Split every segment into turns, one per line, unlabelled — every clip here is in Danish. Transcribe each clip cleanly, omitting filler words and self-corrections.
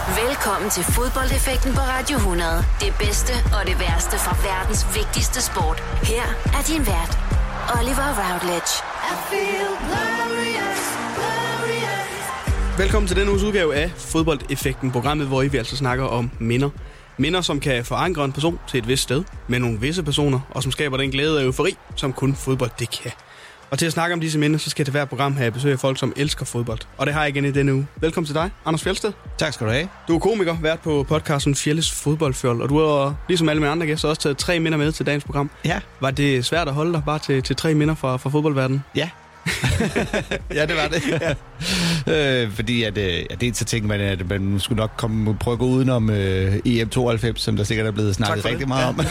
Velkommen til fodboldeffekten på Radio 100. Det bedste og det værste fra verdens vigtigste sport. Her er din vært, Oliver Routledge.
Velkommen til denne uges udgave af Fodboldeffekten, programmet, hvor vi altså snakker om minder. Minder, som kan forankre en person til et vist sted med nogle visse personer, og som skaber den glæde og eufori, som kun fodbold det kan. Og til at snakke om disse minder, så skal det hvert program have besøg af folk, som elsker fodbold. Og det har jeg igen i denne uge. Velkommen til dig, Anders Fjeldsted.
Tak skal du have.
Du er komiker, vært på podcasten Fjelles Fodboldfjold, og du har, ligesom alle mine andre gæster, også taget 3 minder med til dagens program.
Ja.
Var det svært at holde dig bare til 3 minder fra fodboldverdenen?
Ja. Ja, det var det. Ja. Fordi at så tænkte man, at man skulle nok prøve at gå udenom EM92, som der sikkert er blevet snakket rigtig meget om.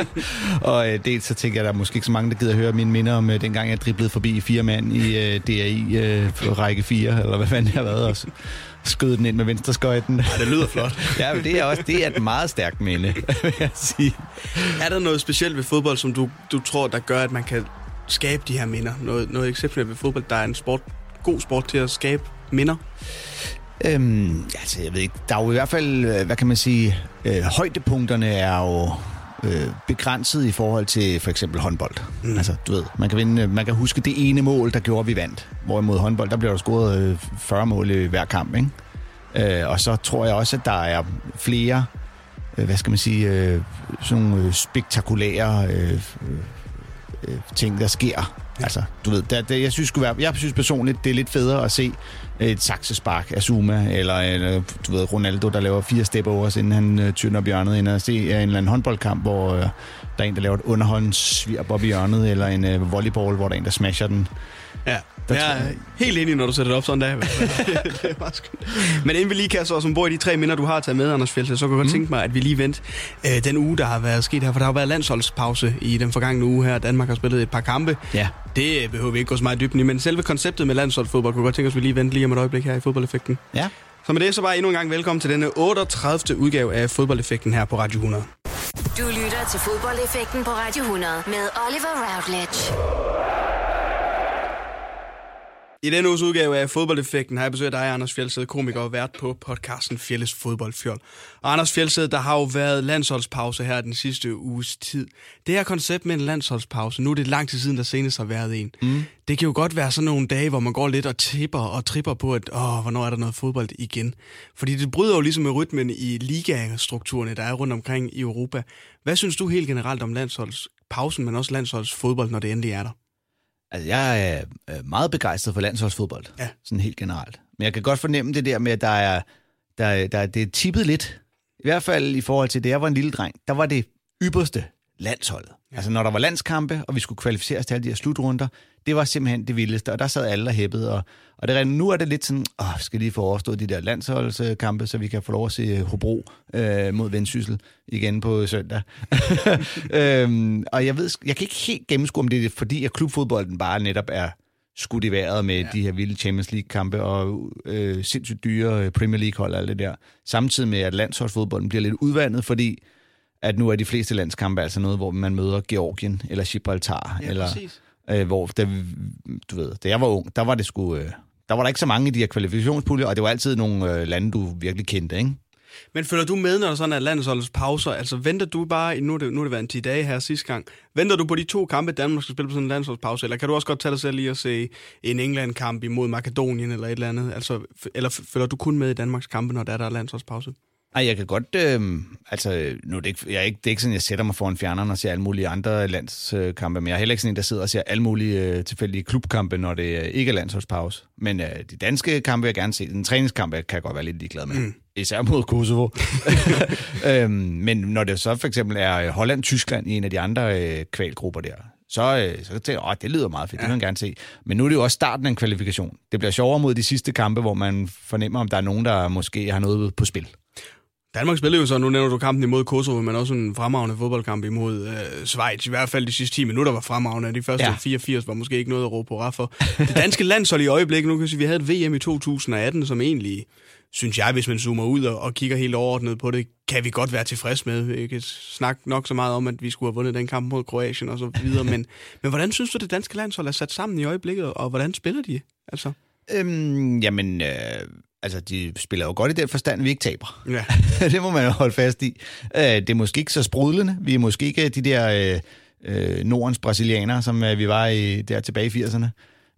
Og dels så tænker jeg, at der er måske ikke så mange, der gider at høre mine minder om dengang jeg driblede forbi 4 mand i DRI række 4, eller hvad fanden jeg har været, og skød den ind med venstreskøjten.
Ja, det lyder flot.
Ja, men det er et meget stærkt minde, vil jeg sige.
Er der noget specielt ved fodbold, som du tror, der gør, at man kan skabe de her minder? Noget exceptionelt ved fodbold, der er en god sport til at skabe minder?
Altså, jeg ved ikke. Der er jo i hvert fald, hvad kan man sige, højdepunkterne er jo begrænset i forhold til for eksempel håndbold. Altså, du ved, man kan huske det ene mål, der gjorde, vi vandt. Hvorimod håndbold, der bliver der scoret 40 mål i hver kamp, ikke? Og så tror jeg også, at der er flere, hvad skal man sige, sådan nogle spektakulære ting, der sker. Ja. Altså, du ved, jeg synes personligt, det er lidt federe at se et saksespark af Zuma, eller du ved, Ronaldo, der laver 4 step-overs, inden han tynder op hjørnet, end at se en eller anden håndboldkamp, hvor der er en, der laver et underhåndssvirp op i hjørnet, eller en volleyball, hvor der er en, der smasher den.
Ja, jeg er helt enig, når du sætter det op sådan der. Det er meget skønt. Men inden vi lige kaster os ombord i de 3 minder, du har taget med, Anders Fjeldsted, så kan jeg godt tænke mig, at vi lige venter den uge, der har været sket her. For der har været landsholdspause i den forgangne uge her. Danmark har spillet et par kampe. Ja. Det behøver vi ikke gå så meget dybden i, men selve konceptet med landsholdsfodbold kunne godt tænke os, at vi lige venter lige om et øjeblik her i Fodboldeffekten. Ja. Så med det, så bare endnu en gang velkommen til denne 38. udgave af Fodboldeffekten her på Radio 100.
Du lytter til Fodboldeffekten på Radio 100 med Oliver Routledge.
I denne uges udgave af Fodboldeffekten har jeg besøgt dig, Anders Fjeldsted, komiker og vært på podcasten Fjelles Fodboldfjold. Og Anders Fjeldsted, der har jo været landsholdspause her den sidste uges tid. Det her koncept med en landsholdspause, nu er det lang tid siden, der senest har været en. Det kan jo godt være sådan nogle dage, hvor man går lidt og tripper på, at hvornår er der noget fodbold igen. Fordi det bryder jo ligesom med rytmen i ligastrukturerne, der er rundt omkring i Europa. Hvad synes du helt generelt om landsholdspausen, men også landsholdsfodbold, når det endelig er der?
Altså, jeg er meget begejstret for landsholdsfodbold, sådan helt generelt. Men jeg kan godt fornemme det der med, at det er tippet lidt. I hvert fald i forhold til, da jeg var en lille dreng, der var det ypperste landsholdet. Ja. Altså, når der var landskampe, og vi skulle kvalificeres til alle de her slutrunder, det var simpelthen det vildeste, og der sad alle og hæppede. Og nu er det lidt sådan, skal lige få overstået de der landsholdskampe, så vi kan få lov at se Hobro mod Vendsyssel igen på søndag. Og jeg kan ikke helt gennemskue, om det er fordi, at klubfodbolden bare netop er skudt i vejret med de her vilde Champions League-kampe og sindssygt dyre Premier League-hold og alt det der. Samtidig med, at landsholdsfodbolden bliver lidt udvandet, fordi at nu er de fleste landskampe altså noget, hvor man møder Georgien eller Gibraltar.
Ja,
eller
præcis.
Hvor, da jeg var ung, der var det der var der ikke så mange af de her kvalifikationspuljer, og det var altid nogle lande, du virkelig kendte, ikke?
Men følger du med, når der sådan er landsholdspauser? Altså venter du bare, nu er det været en 10 dage her sidste gang, venter du på de 2 kampe, Danmark skal spille på sådan en landsholdspause, eller kan du også godt tage dig selv lige at se en England-kamp imod Makedonien eller et eller andet? Altså, eller følger du kun med i Danmarks kampe, når der er landsholdspause?
Ej, jeg kan godt, nu er det er ikke sådan, jeg sætter mig foran fjerneren og ser alle mulige andre landskampe, men jeg er heller ikke sådan en, der sidder og ser alle mulige tilfældige klubkampe, når det ikke er landsholdspause. Men de danske kampe vil jeg gerne se. Den træningskamp kan jeg godt være lidt ligeglad med. Især mod Kosovo. Men når det så for eksempel er Holland-Tyskland i en af de andre kvalgrupper der, så tænker jeg, det lyder meget fedt, det vil jeg gerne se. Men nu er det jo også starten af en kvalifikation. Det bliver sjovere mod de sidste kampe, hvor man fornemmer, om der er nogen, der måske har noget på spil.
Danmark spillede jo så, nu nævner du kampen imod Kosovo, men også en fremragende fodboldkamp imod Schweiz. I hvert fald de sidste 10 minutter var fremragende. De første 84 var måske ikke noget at råbe på for. Det danske landshold i øjeblikket, nu kan vi sige, vi havde et VM i 2018, som egentlig, synes jeg, hvis man zoomer ud og kigger helt overordnet på det, kan vi godt være tilfreds med. Vi kan snakke nok så meget om, at vi skulle have vundet den kamp mod Kroatien og så videre. Men hvordan synes du, det danske landshold er sat sammen i øjeblikket, og hvordan spiller de? Altså?
Altså, de spiller jo godt i den forstand, vi ikke taber.
Ja.
Det må man jo holde fast i. Det er måske ikke så sprudlende. Vi er måske ikke de der Nordens brasilianere, som vi var der tilbage i 80'erne.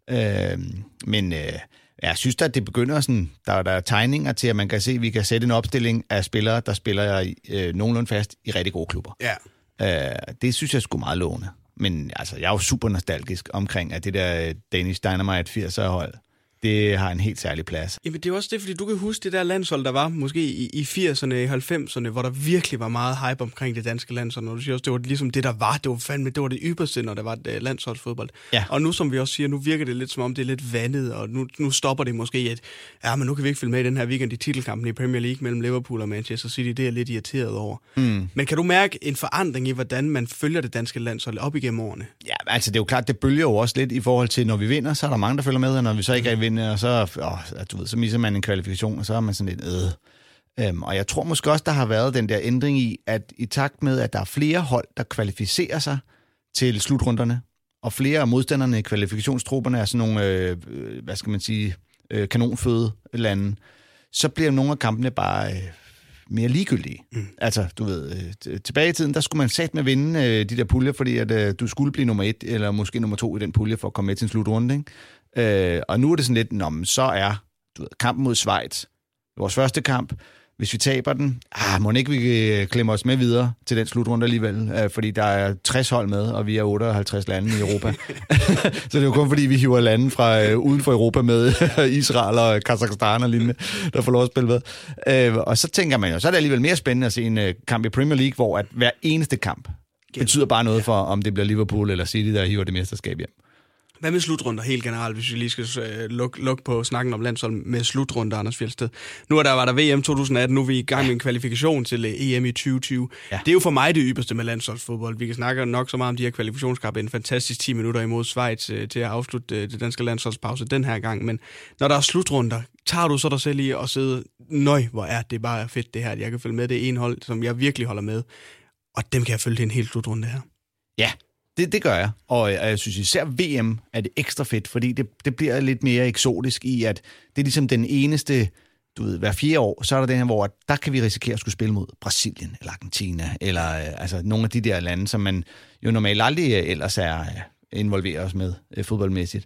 Men jeg synes da, at det begynder sådan, der er tegninger til, at man kan se, at vi kan sætte en opstilling af spillere, der spiller nogenlunde fast i rigtig gode klubber.
Ja.
Det synes jeg sgu meget lovende. Men altså, jeg er jo super nostalgisk omkring, at det der Danish Dynamite 80'er-hold, det har en helt særlig plads.
Jamen, det er også det, fordi du kan huske det der landshold, der var måske i 80'erne, i 90'erne, hvor der virkelig var meget hype omkring det danske landshold. Og du siger også, det var ligesom det, der var. Det var det ypperste, når der var et landsholdsfodbold. Ja. Og nu, som vi også siger, nu virker det lidt som om, det er lidt vandet, og nu stopper det måske, at men nu kan vi ikke følge med i den her weekend i titelkampen i Premier League mellem Liverpool og Manchester City. Det er lidt irriteret over. Men kan du mærke en forandring i, hvordan man følger det danske landshold op igennem årene?
Ja, altså det er jo klart, det bølger jo også lidt i forhold til, når vi vinder, så er der mange, der følger med, og når vi så ikke vinder, og så, så misser man en kvalifikation, og så er man sådan lidt og jeg tror måske også, der har været den der ændring i, at i takt med, at der er flere hold, der kvalificerer sig til slutrunderne, og flere af modstanderne i kvalifikationstrupperne er sådan nogle, hvad skal man sige, kanonføde lande, så bliver nogle af kampene bare mere ligegyldige. Altså, du ved, tilbage i tiden, der skulle man satme vinde de der puljer, fordi at du skulle blive nummer 1, eller måske nummer 2 i den pulje, for at komme med til en slutrunde, ikke? Og nu er det sådan lidt, så er kampen mod Schweiz, vores første kamp. Hvis vi taber den, må ikke vi klemme os med videre til den slutrunde alligevel, fordi der er 60 hold med, og vi er 58 lande i Europa. Så det er jo kun fordi, vi hiver lande fra uden for Europa med, Israel og Kazakhstan og lignende, der får lov at spille med. Og så tænker man jo, så er det alligevel mere spændende at se en kamp i Premier League, hvor at hver eneste kamp betyder bare noget for, om det bliver Liverpool eller City, der hiver det mesterskab hjem.
Hvad med slutrunder helt generelt, hvis vi lige skal lukke på snakken om landshold med slutrunder, Anders Fjeldsted? Nu var der VM 2018, nu er vi i gang med en kvalifikation til EM i 2020. Ja. Det er jo for mig det ypperste med landsholdsfodbold. Vi kan snakke nok så meget om de her kvalifikationskampe, en fantastisk 10 minutter imod Schweiz til at afslutte det danske landsholdspause den her gang. Men når der er slutrunder, tager du så dig selv i at sidde, hvor er det bare fedt det her, at jeg kan følge med det ene hold, som jeg virkelig holder med, og dem kan jeg følge til en helt slutrunde her.
Ja. Det gør jeg, og jeg synes især VM er det ekstra fedt, fordi det bliver lidt mere eksotisk i, at det er ligesom den eneste, du ved, hver 4 år, så er der den her, hvor der kan vi risikere at skulle spille mod Brasilien eller Argentina, eller altså nogle af de der lande, som man jo normalt aldrig ellers er involveret os med fodboldmæssigt.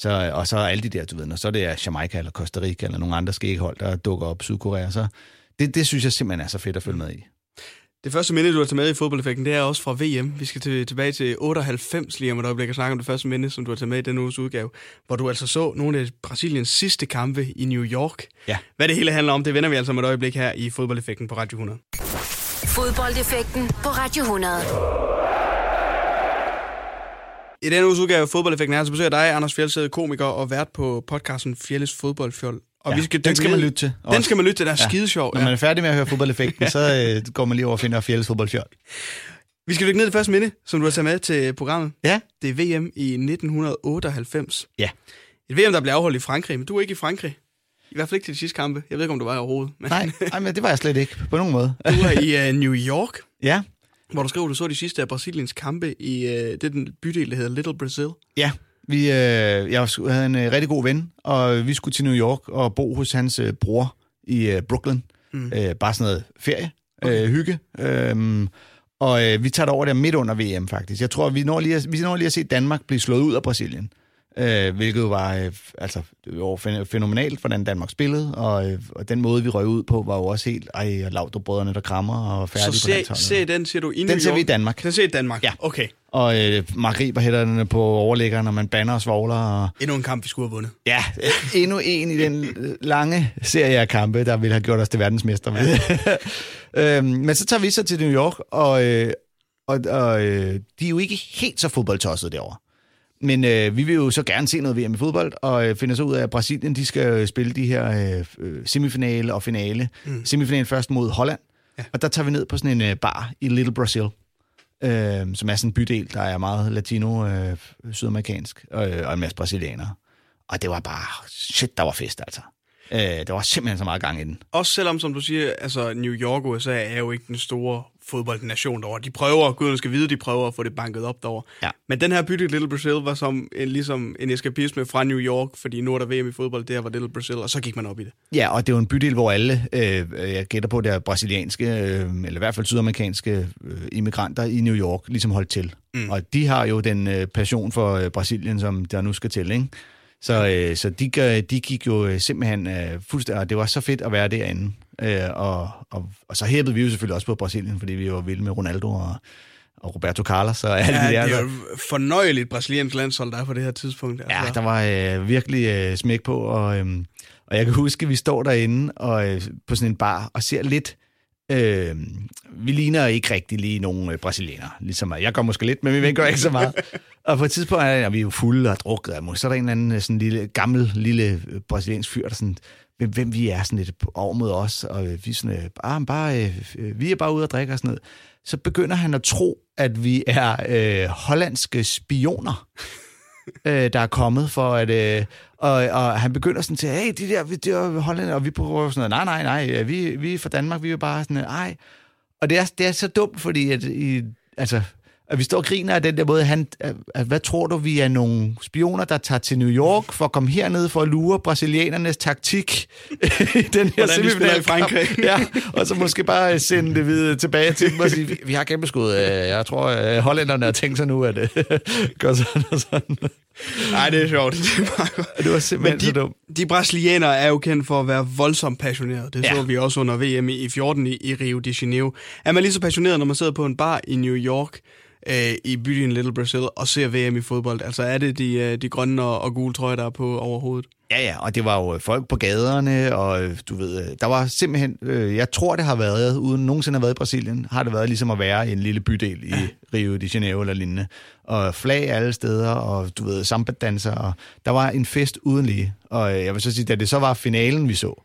Og så alle de der, du ved, når så det er Jamaica eller Costa Rica eller nogle andre skæghold, der dukker op, Sydkorea, så det synes jeg simpelthen er så fedt at følge med i.
Det første minde, du har taget med i fodboldeffekten, det er også fra VM. Vi skal tilbage til 98 lige om et øjeblik og snakke om det første minde, som du har taget med i denne uges udgave, hvor du altså så nogle af Brasiliens sidste kampe i New York. Ja. Hvad det hele handler om, det vender vi altså om et øjeblik her i fodboldeffekten på Radio 100.
Fodboldeffekten på Radio 100.
I denne uges udgave af fodboldeffekten her, så besøger dig, Anders Fjeldsted, komiker og vært på podcasten Fjelles Fodboldfjold. Og vi skal
den skal man lytte til.
Den skal man lytte til, der er skidesjov.
Når man er færdig med at høre fodboldeffekten, så går man lige over og finder Fjelles Fodboldfjold.
Vi skal dykke ned i det første minde, som du har taget med til programmet.
Ja.
Det er VM i 1998.
Ja.
Et VM, der blev afholdt i Frankrig, men du er ikke i Frankrig. I hvert fald ikke til de sidste kampe. Jeg ved ikke, om du var overhovedet. Men...
Nej, men det var jeg slet ikke på nogen måde.
Du var i New York.
Ja.
Hvor du skrev, at du så de sidste af Brasiliens kampe i den bydel, der hedder Little Brazil.
Ja. Jeg havde en rigtig god ven, og vi skulle til New York og bo hos hans bror i Brooklyn. Bare sådan noget ferie, hygge. Og vi tager over der midt under VM, faktisk. Jeg tror, vi når lige at se Danmark blive slået ud af Brasilien. Hvilket jo var fænomenalt, hvordan Danmark spillede, og den måde, vi røg ud på, var jo også helt, Laudrup-brødrene, der krammer og færdige på landsholdet.
Så den ser du i New York?
Den ser vi i Danmark.
Den ser i Danmark,
ja.
Okay.
Og Mark Riber hætterne på overlæggeren, når man banner og svogler. Og...
Endnu en kamp, vi skulle have vundet.
Ja, endnu en i den lange serie af kampe, der ville have gjort os til verdensmester. Men så tager vi så til New York, og de er jo ikke helt så fodboldtossede derovre. Men vi vil jo så gerne se noget VM i fodbold, og finder så ud af, at Brasilien de skal spille de her semifinale og finale. Semifinalen først mod Holland, og der tager vi ned på sådan en bar i Little Brazil, som er sådan en bydel, der er meget latino-sydamerikansk, og en masse brasilianere. Og det var bare, shit, der var fest altså. Der var simpelthen så meget gang i den.
Også selvom, som du siger, altså New York, USA er jo ikke den store fodboldnation derovre. De prøver, guderne skal vide, de prøver at få det banket op derovre. Ja. Men den her bydel, Little Brazil, var som ligesom en eskapisme fra New York, fordi nu er der VM i fodbold, der var Little Brazil, og så gik man op i det. Ja,
og det er jo en bydel, hvor alle, jeg gætter på, der brasilianske, eller i hvert fald sydamerikanske immigranter i New York, ligesom holdt til. Og de har jo den passion for Brasilien, som der nu skal til, ikke? Så de gik jo simpelthen fuldstændig, og det var så fedt at være derinde. Og så hæppede vi jo selvfølgelig også på Brasilien, fordi vi var vilde med Ronaldo og Roberto Carlos. Og alle de der,
det er jo fornøjeligt brasiliansk landshold, der er på det her tidspunkt. Altså.
Ja, der var virkelig smæk på, og jeg kan huske, at vi står derinde og på sådan en bar og ser lidt. Vi ligner ikke rigtig lige nogle brasilianere, ligesom jeg gør måske lidt, men vi gør ikke så meget. Og på et tidspunkt er vi jo fulde og drukket, så er der en eller anden sådan lille brasiliansk fyr, der sådan, hvem vi er sådan lidt over mod os, og vi sådan, vi er bare ude at drikke og sådan noget. Så begynder han at tro, at vi er hollandske spioner, der er kommet for at... Og han begynder sådan til, hey, de der hollænder, og vi prøver sådan noget, nej, vi er fra Danmark, vi er bare sådan, ej. Og det er så dumt, fordi at vi står og griner af den der måde, hvad tror du, vi er nogle spioner, der tager til New York for at komme herned for at lure brasilianernes taktik i den her semifinale
i Frankrig.
Ja, og så måske bare sende det videre tilbage til dem og sige, vi har gennemskud. Jeg tror, hollænderne har tænkt sig nu, at gøre sådan og sådan.
Nej, det er sjovt.
Det var simpelthen så dumt.
De brasilianere er jo kendt for at være voldsomt passionerede. Det så vi også under VM i 14 i Rio de Janeiro. Er man lige så passioneret, når man sidder på en bar i New York, i byen Little Brazil, og ser VM i fodbold? Altså er det de grønne og gule trøjer, der er på over hovedet?
Ja, og det var jo folk på gaderne, og du ved, der var simpelthen, jeg tror det har været, uden nogensinde har været i Brasilien, har det været ligesom at være i en lille bydel i Rio de Janeiro eller lignende. Og flag alle steder, og du ved, samba-danser, og der var en fest uden lige. Og jeg vil så sige, da det så var finalen, vi så,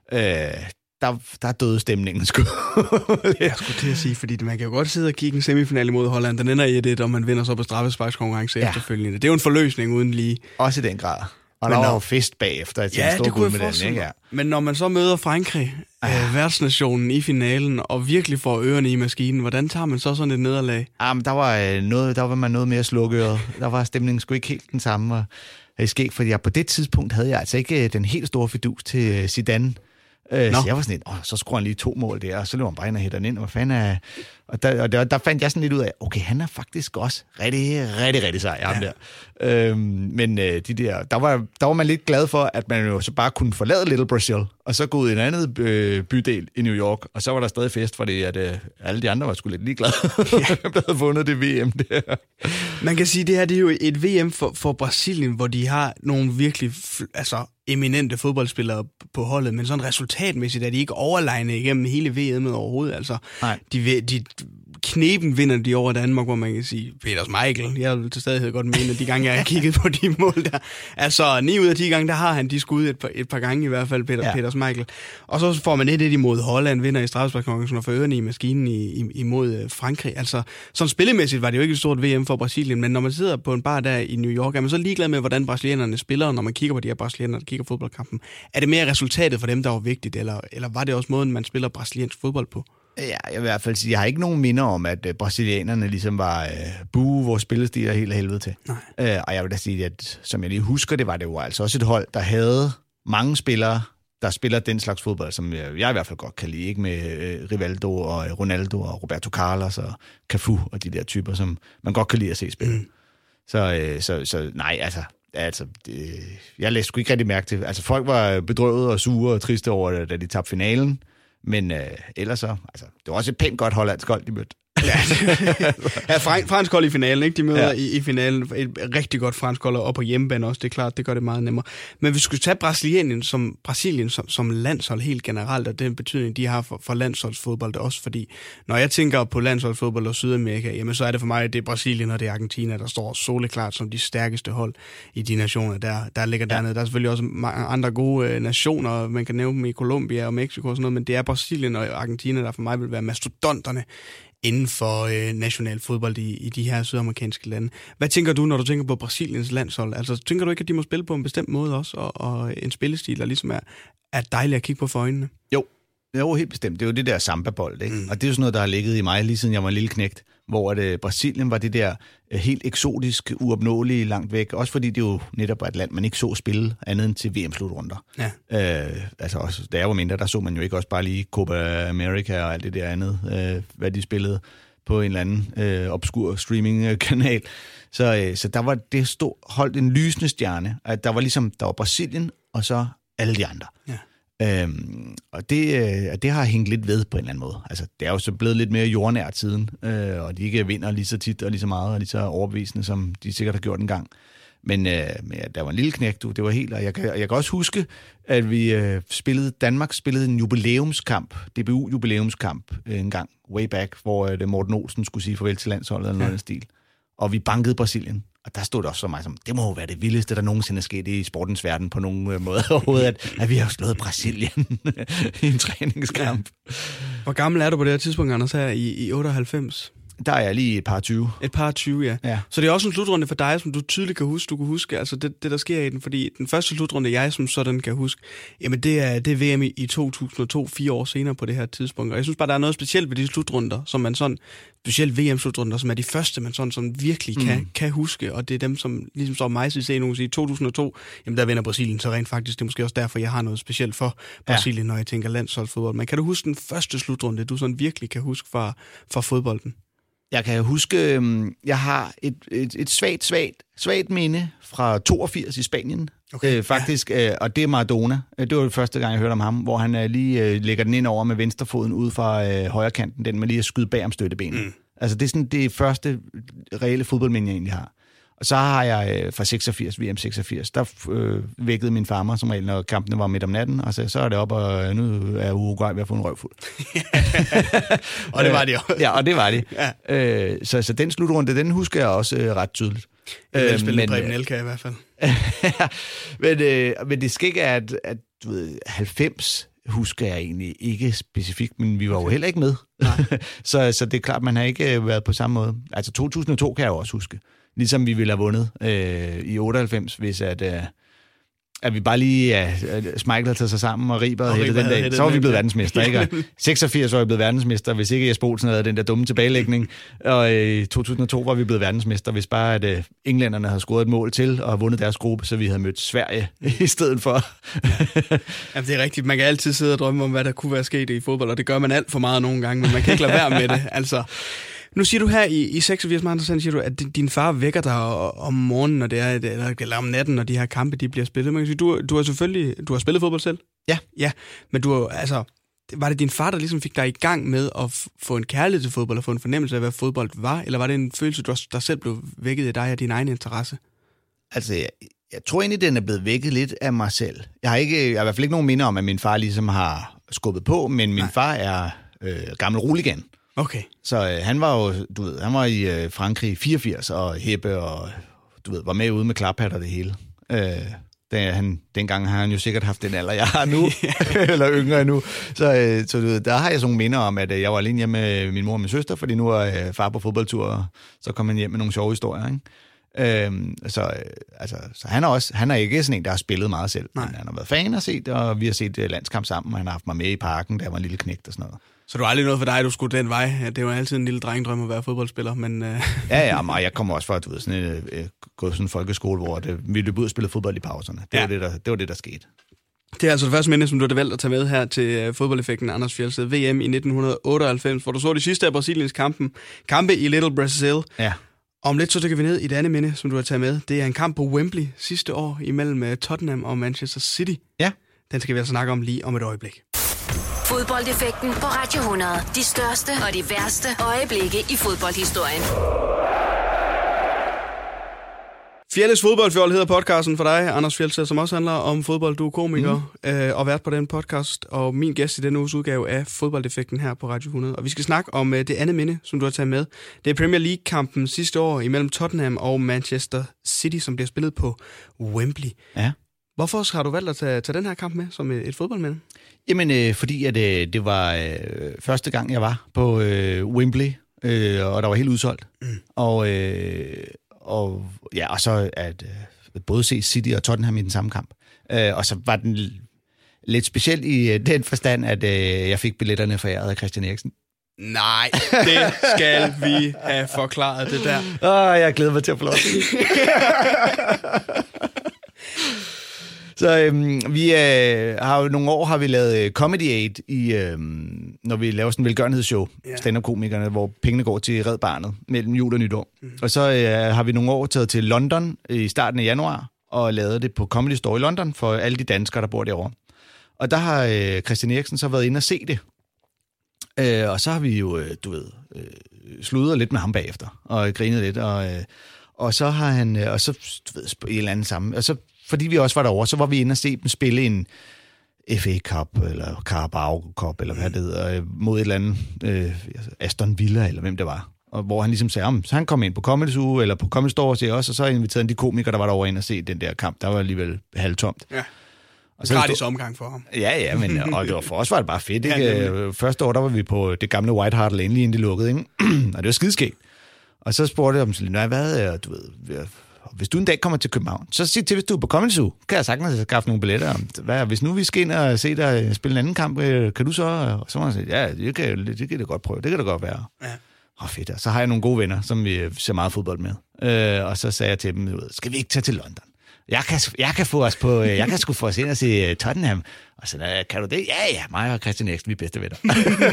der døde stemningen sgu.
Jeg skulle til at sige, fordi man kan jo godt sidde og kigge en semifinal imod Holland, den ender i det, og man vinder så på straffesparkskonkurrence efterfølgende. Det er jo en forløsning uden lige.
Også i den grad. Og der var jo fest bagefter.
Det kunne jeg forestille mig. Men når man så møder Frankrig, værtsnationen i finalen, og virkelig får ørerne i maskinen, hvordan tager man så sådan et nederlag?
Men der var man noget mere slukøret. Der var stemningen sgu ikke helt den samme. Og det skete, fordi på det tidspunkt havde jeg altså ikke den helt store fidus til Zidane. Så jeg var sådan lidt, så skruer han lige 2 mål der, og så løber han bare ind og hætter den ind. Hvad fanden er... Og der fandt jeg sådan lidt ud af, okay, han er faktisk også rigtig sej, ham der. Men der var man lidt glad for, at man jo så bare kunne forlade Little Brazil, og så gå ud i en anden bydel i New York, og så var der stadig fest, fordi at alle de andre var sgu lidt ligeglade, der havde vundet det VM der.
Man kan sige, at det her det er jo et VM for Brasilien, hvor de har nogle virkelig eminente fodboldspillere på holdet, men sådan resultatmæssigt er de ikke overlegne igennem hele VM'et overhovedet. Altså, de knepen vinder de over Danmark, hvor man kan sige, Peter Schmeichel, jeg vil til stadighed godt mene, at de gange, jeg har kigget på de mål der, altså 9 ud af 10 gange, der har han de skud et par gange i hvert fald, Peter Schmeichel. Og så får man 1-1 imod Holland, vinder i straffesparkskonkurrencen og får ørerne i maskinen imod Frankrig. Altså, sådan spillemæssigt var det jo ikke et stort VM for Brasilien, men når man sidder på en bar der i New York, er man så ligeglad med, hvordan brasilianerne spiller, når man kigger på de her brasilianere, der kigger fodboldkampen. Er det mere resultatet for dem, der var vigtigt, eller var det også måden, man spiller brasiliansk fodbold på?
Ja, jeg vil i hvert fald sige, jeg har ikke nogen minder om, at brasilianerne ligesom var vores spillestil er helt af helvede til. Og jeg vil da sige, at som jeg lige husker, det var det jo altså også et hold, der havde mange spillere, der spiller den slags fodbold, som jeg i hvert fald godt kan lide, ikke med Rivaldo og Ronaldo og Roberto Carlos og Cafu og de der typer, som man godt kan lide at se spille. Så nej, jeg læste sgu ikke rigtig mærke til. Altså folk var bedrøvet og sure og triste over det, da de tabte finalen. Men ellers så, det var også et pænt godt hollandsk hold, de mødte.
Ja, fransk hold i finalen, ikke? De møder i finalen et rigtig godt fransk hold, og på hjemmebane også, det er klart, det gør det meget nemmere. Men vi skulle tage Brasilien som landshold helt generelt, og den betydning, de har for landsholdsfodbold også, fordi når jeg tænker på landsholdsfodbold og Sydamerika, jamen så er det for mig, det er Brasilien og det er Argentina, der står soleklart som de stærkeste hold i de nationer, der ligger dernede. Der er selvfølgelig også mange andre gode nationer, man kan nævne dem i Colombia og Mexico og sådan noget, men det er Brasilien og Argentina, der for mig vil være mastodonterne inden for national fodbold i de her sydamerikanske lande. Hvad tænker du, når du tænker på Brasiliens landshold? Altså, tænker du ikke, at de må spille på en bestemt måde også, og en spillestil, der ligesom er dejlig at kigge på for øjnene?
Jo, Jo, helt bestemt. Det er jo det der samba-bold, ikke? Og det er jo sådan noget, der har ligget i mig, lige siden jeg var en lille knægt, hvor Brasilien var det der helt eksotisk, uopnåelige langt væk. Også fordi det jo netop var et land, man ikke så spille andet end til VM-slutrunder. Ja. Altså også, da jeg var mindre, der så man jo ikke også bare lige Copa America og alt det der andet, hvad de spillede på en eller anden obskur streaming-kanal. Så der var det holdt en lysende stjerne, at der var Brasilien, og så alle de andre. Ja. Og det har hængt lidt ved på en eller anden måde. Altså, det er jo så blevet lidt mere jordnært siden, og de ikke vinder lige så tit og lige så meget og lige så overbevisende, som de sikkert har gjort en gang. Men der var en lille knæk, det var helt... Og jeg kan også huske, at Danmark spillede en jubilæumskamp, DBU-jubilæumskamp en gang, way back, hvor Morten Olsen skulle sige farvel til landsholdet eller noget stil. Og vi bankede Brasilien. Og der stod det også for mig som, det må jo være det vildeste, der nogensinde er sket i sportens verden på nogen måde overhovedet, at vi har slået Brasilien i en træningskamp. Ja.
Hvor gammel er du på det her tidspunkt, Anders, her i 98?
Der er jeg lige et par 20.
Et par 20, ja. Så det er også en slutrunde for dig, som du tydeligt kan huske. Du kan huske altså det der sker i den, fordi den første slutrunde, jeg som sådan kan huske, jamen det er VM i 2002, 4 år senere på det her tidspunkt. Og jeg synes bare, der er noget specielt ved de slutrunder, som man sådan, specielt VM-slutrunder, som er de første, man sådan virkelig kan huske. Og det er dem, som ligesom så mig sige nogen sige 2002, jamen der vinder Brasilien, så rent faktisk, det er måske også derfor, jeg har noget specielt for Brasilien, når jeg tænker landsholdsfodbold. Men kan du huske den første slutrunde, du sådan virkelig kan huske fra fodbolden?
Jeg kan huske, jeg har et svagt minde fra 82 i Spanien, faktisk, og det er Maradona. Det var det første gang, jeg hørte om ham, hvor han lige lægger den ind over med venstrefoden ud fra højre kanten, den med lige at skyde bag om støttebenet. Altså det er sådan det første reelle fodboldminde, jeg egentlig har. Og så har jeg fra 86, VM 86, der vækkede min far mig som regel, når kampene var midt om natten, og så er det op, og nu er Uruguay ved at få en røvfuld.
Og det var de også.
Ja, og det var de. Ja. Så den slutrunde, den husker jeg også ret tydeligt.
Spillede Preben Elka i hvert fald.
Men det skægge er, at du ved, 90 husker jeg egentlig ikke specifikt, men vi var jo heller ikke med. så det er klart, man har ikke været på samme måde. Altså 2002 kan jeg jo også huske. Ligesom vi ville have vundet i 98, hvis at vi bare lige Schmeichel taget sig sammen og Riber hættet den dag, så var vi blevet verdensmester, ikke? Og 86 var vi blevet verdensmester, hvis ikke Jesper Olsen havde den der dumme tilbagelægning. Og i 2002 var vi blevet verdensmester, hvis bare at englænderne havde scoret et mål til og vundet deres gruppe, så vi havde mødt Sverige i stedet for.
Jamen, det er rigtigt. Man kan altid sidde og drømme om, hvad der kunne være sket i fodbold, og det gør man alt for meget nogle gange, men man kan ikke lade være med det. Altså... Nu siger du her i 86 måneder, siger du, at din far vækker dig om morgenen, når det er, eller om natten, når de her kampe de bliver spillet. Man kan sige, du har spillet fodbold selv? Ja, men var det din far, der ligesom fik dig i gang med at få en kærlighed til fodbold, og få en fornemmelse af, hvad fodbold var? Eller var det en følelse, der selv blev vækket af dig af din egen interesse?
Altså, jeg tror egentlig, den er blevet vækket lidt af mig selv. Jeg har i hvert fald ikke nogen minder om, at min far ligesom har skubbet på, men min far er gammel roligan.
Okay.
Så han var jo, han var i Frankrig i 84 og hæppe og var med ude med klaphat og det hele. Dengang har han jo sikkert haft den alder, jeg har nu, eller yngre endnu. Så der har jeg sådan nogle minder om, at jeg var alene hjemme med min mor og min søster, fordi nu er far på fodboldtur, og så kom han hjem med nogle sjove historier, ikke? Så han er ikke sådan en, der har spillet meget selv. Men han har været fan og set, og vi har set landskamp sammen, og han har haft mig med i parken, da jeg var en lille knægt og sådan noget.
Så du har aldrig noget for dig, du skulle den vej? Det var altid en lille drengedrøm at være fodboldspiller, men...
Ja, og jeg kommer også fra, gået sådan en folkeskole, hvor vi løb ud og spillede fodbold i pauserne. Det var det, der skete. Det
er altså det første minde, som du har valgt at tage med her til fodboldeffekten Anders Fjeldsted. VM i 1998, hvor du så de sidste af Brasiliens kampe i Little Brazil. Ja. Om lidt så dykker vi ned i det andet minde, som du har taget med. Det er en kamp på Wembley sidste år imellem Tottenham og Manchester City. Ja. Den skal vi altså snakke om lige om et øjeblik.
Fodboldeffekten på Radio 100. De største og de værste øjeblikke i fodboldhistorien.
Fjelles fodboldfjold hedder podcasten for dig, Anders Fjeldsted, som også handler om fodbold. Du er komiker og vært på den podcast, og min gæst i denne uges udgave af Fodboldeffekten her på Radio 100. Og vi skal snakke om det andet minde, som du har taget med. Det er Premier League-kampen sidste år imellem Tottenham og Manchester City, som bliver spillet på Wembley. Ja. Hvorfor har du valgt at tage den her kamp med som et fodboldminde?
Jamen, fordi at, det var første gang, jeg var på Wembley, og der var helt udsolgt. Og så at både se City og Tottenham i den samme kamp. Og så var den... lidt specielt i den forstand, at jeg fik billetterne foræret af Christian Eriksen.
Nej, det skal vi have forklaret, det der.
Jeg glæder mig til at få lov til det. Så vi har jo nogle år lavet Comedy Aid, når vi laver sådan en velgørenhedsshow, stand-up-komikerne, hvor pengene går til Red Barnet mellem jul og nytår. Og så har vi nogle år taget til London i starten af januar, og lavet det på Comedy Store i London for alle de danskere, der bor derovre. Og der har Christian Eriksen så været inde og se det. Og så har vi jo, sludret lidt med ham bagefter, og grinet lidt, og så har han, og så, i en eller anden sammen, og så, fordi vi også var derovre, så var vi inde og se dem spille en FA Cup, eller Carabao Cup, eller hvad det hedder, mod et eller andet, Aston Villa, eller hvem det var. Og hvor han ligesom sagde, så han kom ind på Comedy Zoo, eller på Comedy Store, og også, og så inviterede han de komikere, der var derovre ind og se den der kamp. Der var alligevel halvtomt.
Ja. Og så gratis omgang for ham.
Ja, men og det var for os var det bare fedt, ikke? Ja, første år, der var vi på det gamle White Hart Lane, lige inden det lukkede, ikke? Og det var skideskægt. Og så spurgte jeg om, hvad, du ved, hvis du en dag kommer til København, så sig til, hvis du er på Comedy Zoo, kan jeg sagtens skaffe nogle billetter. Hvis nu vi skal ind og se dig spille en anden kamp, kan du så? Så må jeg sige, ja, det kan det godt prøve, det kan det godt være. Ja. Fedt, og så har jeg nogle gode venner, som vi ser meget fodbold med. Og så sagde jeg til dem, skal vi ikke tage til London? Jeg kan få os på, jeg kan sgu få os ind og se Tottenham. Og så kan du det? Ja, mig og Christian Eriksen, vi er bedste venner.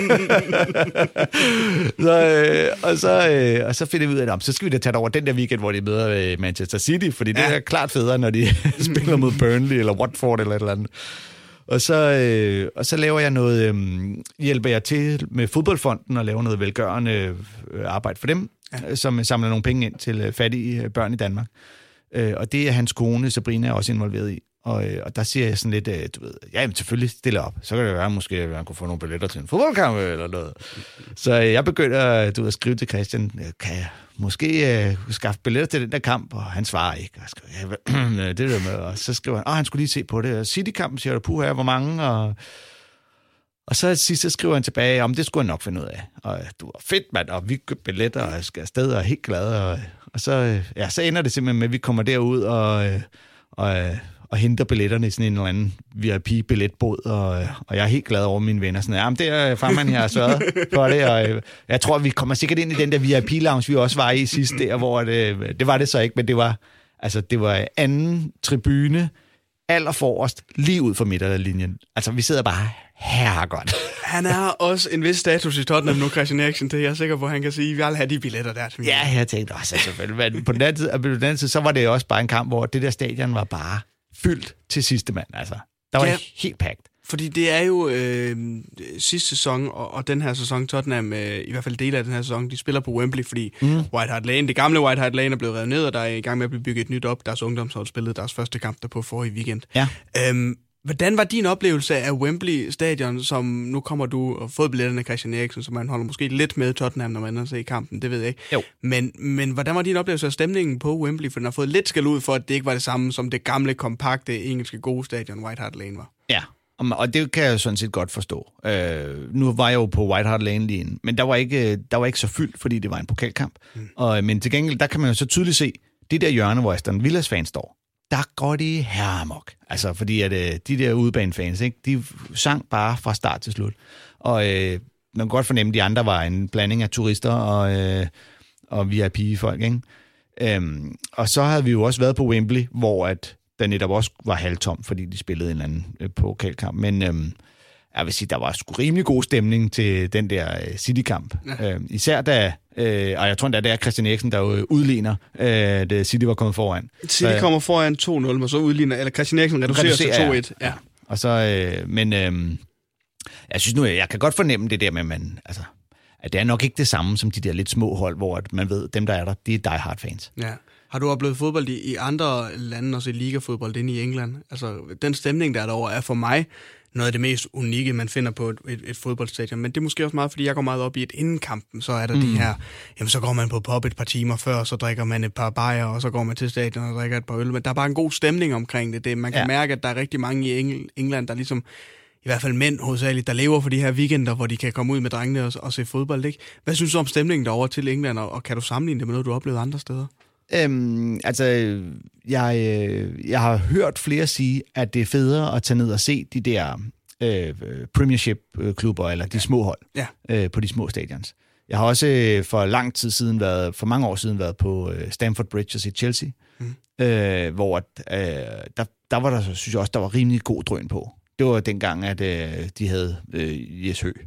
Og så finder vi ud af, så skal vi da tage det over den der weekend, hvor de møder Manchester City, fordi det er klart federe, når de spiller mod Burnley eller Watford eller et eller andet. Og så laver jeg noget, hjælper jeg til med fodboldfonden og laver noget velgørende arbejde for dem, som samler nogle penge ind til fattige børn i Danmark. Og det er hans kone, Sabrina, også involveret i. Og der siger jeg sådan lidt, du ved, ja, men selvfølgelig stille op. Så kan det være, måske at han kunne få nogle billetter til en fodboldkamp eller noget. Så jeg begynder at skrive til Christian, kan jeg måske skaffe billetter til den der kamp? Og han svarer ikke. Og skriver, det der med, og så skriver han, han skulle lige se på det. City-kampen siger du, puha, hvor mange? Og så sidst så skriver han tilbage, om det skulle han nok finde ud af. Og du var fedt, mand, og vi købte billetter, og jeg skal afsted, og er helt glad. Og så ender det simpelthen med, at vi kommer derud og henter billetterne i sådan en eller anden VIP-billetbåd, og jeg er helt glad over mine venner. Sådan, jamen, det er farmand, jeg har sørget for det, og jeg tror, vi kommer sikkert ind i den der VIP-lounge, vi også var i sidst der, hvor det var det så ikke, men det var anden tribune, allerforrest, lige ud for midterlinjen. Altså, vi sidder bare herregodt.
Han har også en vis status i Tottenham nu, Christian Eriksen, det er jeg sikker på, at han kan sige, at vi vil have de billetter der.
Ja, jeg tænkte også, selvfølgelig. Men på den anden side, så var det også bare en kamp, hvor det der stadion var bare fyldt til sidste mand. Altså, der var helt packed.
Fordi det er jo sidste sæson, og den her sæson, Tottenham, i hvert fald dele af den her sæson, de spiller på Wembley, fordi White Hart Lane, det gamle White Hart Lane er blevet revet ned, og der er i gang med at blive bygget et nyt op. Deres ungdomshold spillede deres første kamp der på forrige weekend. Ja. Hvordan var din oplevelse af Wembley Stadion, som nu kommer du og fået billetterne af Christian Eriksen, så man holder måske lidt med Tottenham, når man er i kampen, det ved jeg ikke. Jo. Men hvordan var din oplevelse af stemningen på Wembley, for den har fået lidt skæld ud for, at det ikke var det samme som det gamle, kompakte, engelske gode stadion, White Hart Lane var? Ja.
Og det kan jeg sådan set godt forstå. Nu var jeg jo på White Hart Lane lige inden, men der var ikke så fyldt, fordi det var en pokalkamp. Men til gengæld, der kan man jo så tydeligt se, det der hjørne, hvor Aston Villas fans står, der går de herremok. Altså, fordi at de der udebanefans, ikke, de sang bare fra start til slut. Og man kan godt fornemme, at de andre var en blanding af turister og VIP-folk, ikke? Og så havde vi jo også været på Wembley, hvor at der netop også var halvtom, fordi de spillede en eller anden pokalkamp. Men jeg vil sige, der var sgu rimelig god stemning til den der City-kamp. Ja. Især da, og jeg tror endda, det er Christian Eriksen, der jo udligner, da City var kommet foran.
City kommer foran 2-0, og så udligner, eller Christian Eriksen reducerer til 2-1. Ja.
Og så, jeg synes nu, jeg kan godt fornemme det der med, at det er nok ikke det samme som de der lidt små hold, hvor man ved, dem der er der, de er die-hard fans. Ja.
Har du oplevet fodbold i andre lande, også i ligafodbold inde i England? Altså, den stemning, der er derovre, er for mig noget af det mest unikke, man finder på et fodboldstadion. Men det er måske også meget, fordi jeg går meget op i, at inden kampen, så er der de her, jamen så går man på pub et par timer før, så drikker man et par bajer, og så går man til stadion og drikker et par øl. Men der er bare en god stemning omkring det. Man kan mærke, at der er rigtig mange i England, der ligesom, i hvert fald mænd hovedsageligt, der lever for de her weekender, hvor de kan komme ud med drengene og se fodbold, ikke? Hvad synes du om stemningen derovre til England, og kan du sammenligne det med noget, du har oplevet andre steder?
Jeg har hørt flere sige, at det er federe at tage ned og se de der Premiership-klubber, eller de små hold på de små stadions. Jeg har også for mange år siden været på Stamford Bridge og set Chelsea, hvor der var der, synes jeg også, der var rimelig god drøn på. Det var dengang, at de havde Jes Høgh.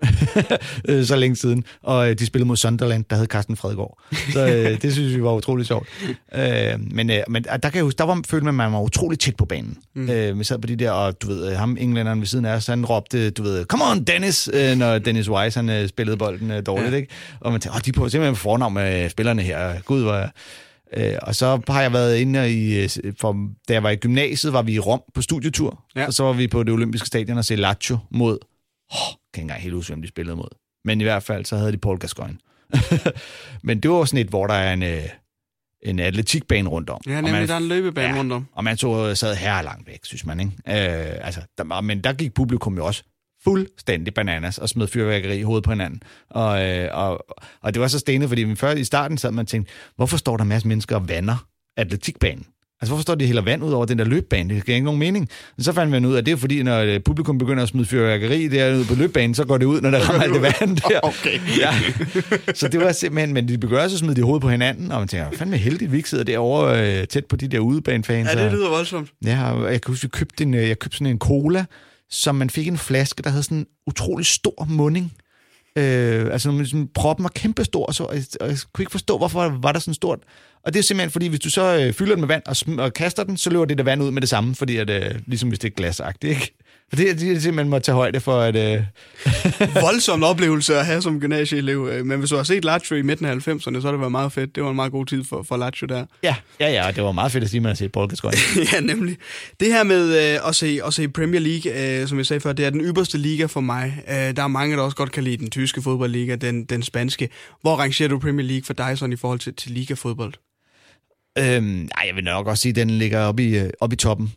Så længe siden. Og de spillede mod Sunderland, der hed Carsten Fredgaard. Så det synes vi var utroligt sjovt. Men der kan jeg huske, følte man, at man var utroligt tæt på banen. Vi sad på de der, og du ved, ham englænderen ved siden af os, han råbte, du ved, come on Dennis, når Dennis Wise, han spillede bolden dårligt, ikke? Og man tænkte, de på simpelthen fornavn med spillerne her. Gud, hvor og så har jeg været inde da jeg var i gymnasiet, var vi i Rom på studietur, og så var vi på det olympiske stadion og se Lazio mod kan ikke engang helt huske, hvem de spillede mod. Men i hvert fald, så havde de Paul Gascoigne. Men det var sådan et, hvor der er en atletikbane rundt om.
Ja, nemlig der er en løbebane rundt om.
Og man sad her langt væk, synes man, ikke? Men der gik publikum jo også fuldstændig bananas og smed fyrværkeri i hovedet på hinanden. Og det var så stenet, fordi før i starten sad man og tænkte, hvorfor står der en masse mennesker og vander atletikbanen? Altså, hvorfor står de hælder vand ud over den der løbebane? Det giver ikke nogen mening. Og så fandt vi ud af, at det er fordi, når publikum begynder at smide fyrværkeri derude på løbebanen, så går det ud, når der rammer alt det vand der. Okay. Ja. Så det var simpelthen, men de begynder også at smide det i hovedet på hinanden, og man tænker, fandme heldigt, vi ikke sidder derovre tæt på de der udebanefans.
Ja, det lyder voldsomt.
Ja, og jeg kan huske, jeg købte sådan en cola, som man fik en flaske, der havde sådan en utrolig stor munding. Altså, proppen var kæmpestor, og jeg kunne ikke forstå, hvorfor var der sådan stort. Og det er simpelthen, fordi hvis du så fylder den med vand og kaster den, så løber det der vand ud med det samme, fordi at, ligesom hvis det er glasagtigt, ikke? Og det er simpelthen, må tage højde for, at...
Voldsom oplevelse at have som gymnasieelev. Men hvis du har set Lazio i midten af 90'erne, så har det været meget fedt. Det var en meget god tid for Lazio der.
Ja, det var meget fedt at sige, at man har set Paul Gascoigne.
Ja, nemlig. Det her med at se Premier League, som jeg sagde før, det er den ypperste liga for mig. Der er mange, der også godt kan lide den tyske fodboldliga, den spanske. Hvor rangerer du Premier League for dig sådan i forhold til ligafodbold?
Jeg vil nok også sige, at den ligger oppe i toppen.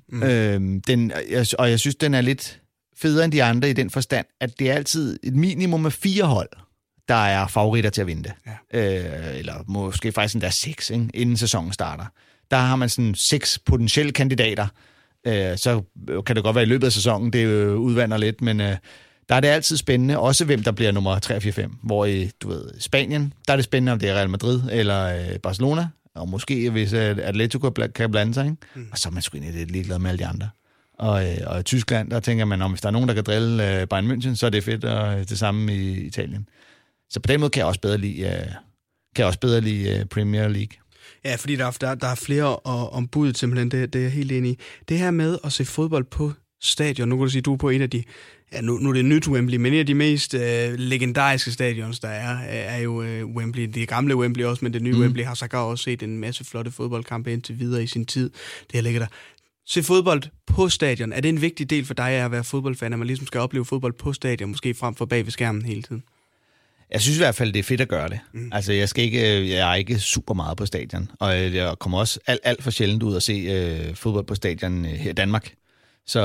Jeg synes, den er lidt federe end de andre i den forstand, at det er altid et minimum af 4 hold, der er favoritter til at vinde det. Ja. Eller måske faktisk endda 6, ikke? Inden sæsonen starter. Der har man sådan 6 potentielle kandidater. Så kan det godt være i løbet af sæsonen, det udvander lidt, men der er det altid spændende, også hvem der bliver nummer 3, 4, 5. Hvor i Spanien, der er det spændende, om det er Real Madrid eller Barcelona. Og måske hvis Atletico kan blande sig, ikke? Og så er man sgu egentlig lidt ligeglad med alle de andre. Og i Tyskland, der tænker man, om hvis der er nogen, der kan drille Bayern München, så er det fedt, og det samme i Italien. Så på den måde kan jeg også bedre lide Premier League.
Ja, fordi der er flere om budet simpelthen, det er jeg helt enig i. Det her med at se fodbold på stadion, nu kan du sige, du er på et af de, ja, nu er det nyt Wembley, men et af de mest legendariske stadions, der er jo Wembley. Det gamle Wembley også, men det nye Wembley har sågar også set en masse flotte fodboldkampe indtil videre i sin tid. Det her ligger der. Se fodbold på stadion. Er det en vigtig del for dig at være fodboldfan, at man ligesom skal opleve fodbold på stadion, måske frem for bag ved skærmen hele tiden?
Jeg synes i hvert fald, det er fedt at gøre det. Altså, jeg er ikke super meget på stadion, og jeg kommer også alt for sjældent ud og se fodbold på stadion her i Danmark. Så,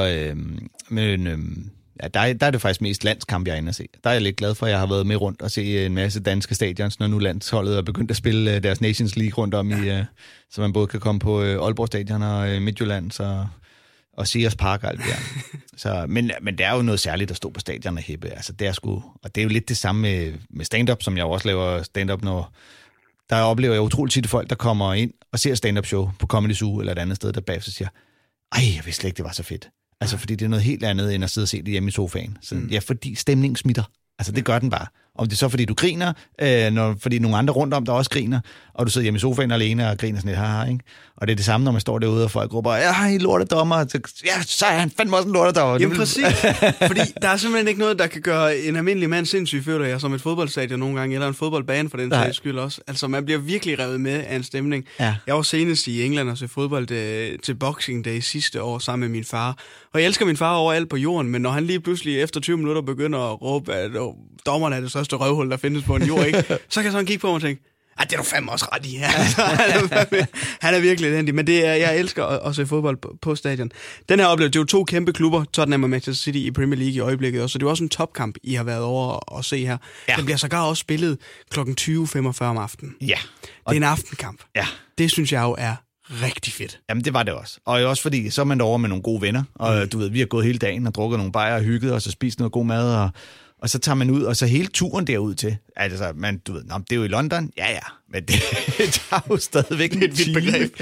der er det faktisk mest landskamp, jeg er inde at se. Der er jeg lidt glad for, at jeg har været med rundt og se en masse danske stadions, når nu landsholdet er begyndt at spille deres Nations League rundt om, så man både kan komme på Aalborg Stadion og Midtjylland og Sears Park og alt det der. Så, men det er jo noget særligt at stå på stadion og hæppe. Altså, det er og det er jo lidt det samme med stand-up, som jeg også laver stand-up, når der oplever jeg utroligt tit folk, der kommer ind og ser stand-up show på Comedy Zoo eller et andet sted, der bagefter siger, jeg vidste slet ikke, det var så fedt. Altså, fordi det er noget helt andet, end at sidde og se det hjemme i sofaen. Så, ja, fordi stemningen smitter. Altså, det gør den bare. Om det er så, fordi du griner, fordi nogle andre rundt om der også griner, og du sidder hjemme i sofaen alene og griner sådan lidt, haha, ikke? Og det er det samme, når man står derude, og folk råber, I lortedommer. Ja, så er han fandme også en lortedommer.
Jamen præcis, fordi der er simpelthen ikke noget, der kan gøre en almindelig mand sindssyg, føler jeg, som et fodboldstadion nogle gange, eller en fodboldbane for den sags skyld også. Altså, man bliver virkelig revet med af en stemning. Ja. Jeg var senest i England og så fodbold til Boxing Day sidste år sammen med min far. Og jeg elsker min far overalt på jorden, men når han lige pludselig efter 20 minutter begynder at råbe, at dommerne er det største røvhul, der findes på en jord, ikke? Så kan jeg sådan kigge på mig og tænke, Det er du fandme også ret i. Han er virkelig elendig, men jeg elsker at se fodbold på stadion. Den her oplevelse, det er jo 2 kæmpe klubber, Tottenham og Manchester City i Premier League i øjeblikket, så det er jo også en topkamp, I har været over at se her. Ja. Den bliver sågar også spillet kl. 20.45 om aftenen.
Ja.
Det er en aftenkamp.
Ja.
Det synes jeg jo er rigtig fedt.
Jamen, det var det også. Og også fordi, så er man derovre med nogle gode venner, og du ved, vi har gået hele dagen og drukket nogle bajer og hygget os og spist noget god mad, og så tager man ud, og så hele turen derud til. Altså, du ved, det er jo i London. Ja, men det tager jo stadigvæk en time.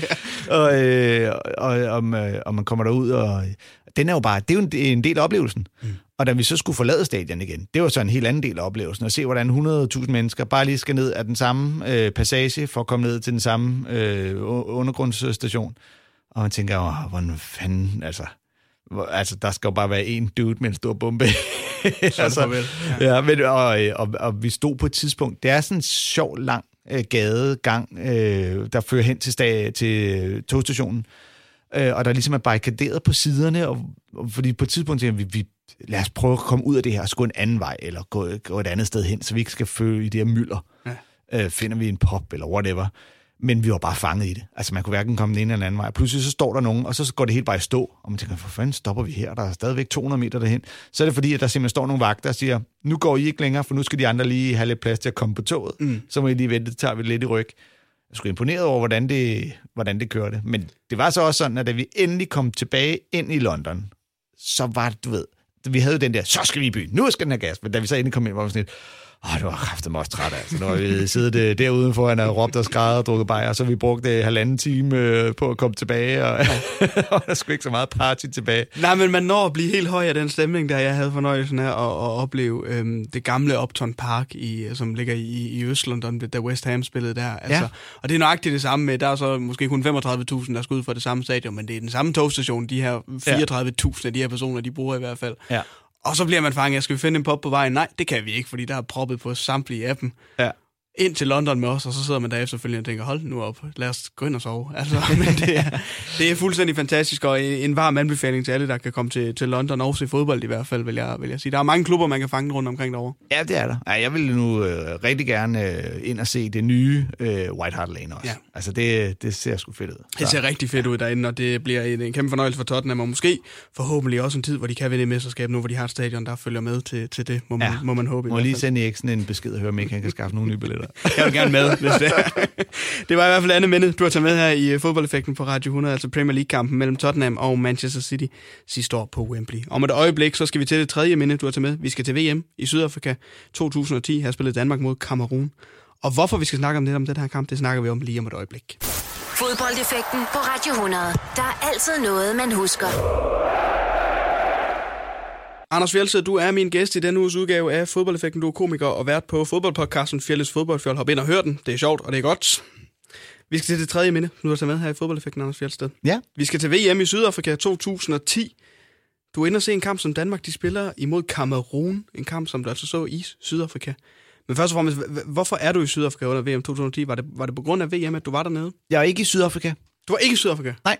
Og man kommer derud, og den er jo bare, det er jo en del af oplevelsen. Og da vi så skulle forlade stadion igen, det var så en helt anden del af oplevelsen, at se, hvordan 100.000 mennesker bare lige skal ned af den samme passage, for at komme ned til den samme undergrundsstation. Og man tænker, hvordan fanden, altså, der skal jo bare være en dude med en stor bombe. Og vi stod på et tidspunkt, det er sådan en sjov, lang gadegang, der fører hen til togstationen, og der ligesom er barrikaderet på siderne, og fordi på et tidspunkt tænker vi lad os prøve at komme ud af det her og gå en anden vej, eller gå et andet sted hen, så vi ikke skal føle i det her mylder. Ja. Finder vi en pop, eller whatever. Men vi var bare fanget i det. Altså, man kunne hverken komme den ene eller anden vej. Pludselig så står der nogen, og så går det helt bare i stå. Og man tænker, for fanden stopper vi her? Der er stadigvæk 200 meter derhen. Så er det fordi, at der simpelthen står nogle vagter og siger, nu går I ikke længere, for nu skal de andre lige have lidt plads til at komme på toget. Så må I lige vente, det tager vi lidt i ryg. Jeg skulle imponeret over, hvordan det kørte. Men det var så også sådan, at da vi endelig kom tilbage ind i London, så var det, du ved, vi havde jo den der, så skal vi i byen, nu skal den have gas. Men da vi så endelig kom ind, var vi sådan lidt, det var kraftedeme også træt, altså. Nu har vi siddet derude foran og råbt og skræddet og drukket bajer, og så vi brugte 1,5 time på at komme tilbage, og der skulle ikke så meget party tilbage.
Nej, men man når at blive helt høj af den stemning, der jeg havde fornøjelsen af at opleve det gamle Upton Park, som ligger i Øst-London, da West Ham spillede der. Altså. Ja. Og det er nøjagtigt det samme med, der er så måske kun 35.000, der skal ud for det samme stadion, men det er den samme togstation, de her 34.000 af de her personer, de bruger i hvert fald. Ja. Og så bliver man fanget, skal vi finde en pop på vejen? Nej, det kan vi ikke, fordi der er proppet på samtlige af dem. Ja. Ind til London med os, og så sidder man der efterfølgende og tænker, hold nu op, lad os gå ind og sove. Altså, men det er fuldstændig fantastisk, og en varm anbefaling til alle, der kan komme til London og se fodbold i hvert fald, vil jeg sige. Der er mange klubber, man kan fange rundt omkring derovre.
Ja, det er der. Ja, jeg vil nu rigtig gerne ind og se det nye White Hart Lane også. Ja. Altså, det ser sgu fedt ud. Så. Det
ser rigtig fedt ud derinde, og det bliver en kæmpe fornøjelse for Tottenham, og måske forhåbentlig også en tid, hvor de kan vinde et mesterskab nu, hvor de har et stadion, der følger med til det, må man håbe.
Må lige sende Eriksen en besked og høre, om ikke han kan skaffe nogle nye billetter.
Jeg vil gerne med, hvis det er. Det var i hvert fald andet minde, du har taget med her i fodboldeffekten på Radio 100, altså Premier League-kampen mellem Tottenham og Manchester City sidste år på Wembley. Om et øjeblik, så skal vi til det tredje minde, du har taget med. Vi skal til VM i Sydafrika 2010. Her spillede Danmark mod Cameroon. Og hvorfor vi skal snakke om den her kamp, det snakker vi om lige om et øjeblik.
Fodboldeffekten på Radio 100. Der er altid noget, man husker.
Anders Fjeldsted, du er min gæst i denne uges udgave af Fodboldeffekten. Du er komiker og vært på fodboldpodcasten Fjelles Fodboldfjold. Hop ind og hør den. Det er sjovt, og det er godt. Vi skal til det tredje minde, du har taget med her i Fodboldeffekten, Anders Fjeldsted.
Ja.
Vi skal til VM i Sydafrika 2010. Du er inde og se en kamp, som Danmark de spiller imod Cameroon. En kamp, som du altså så i Sydafrika. Men først og fremmest, hvorfor er du i Sydafrika under VM 2010? Var det på grund af VM, at du var dernede?
Jeg er ikke i Sydafrika.
Du var ikke i Sydafrika?
Nej.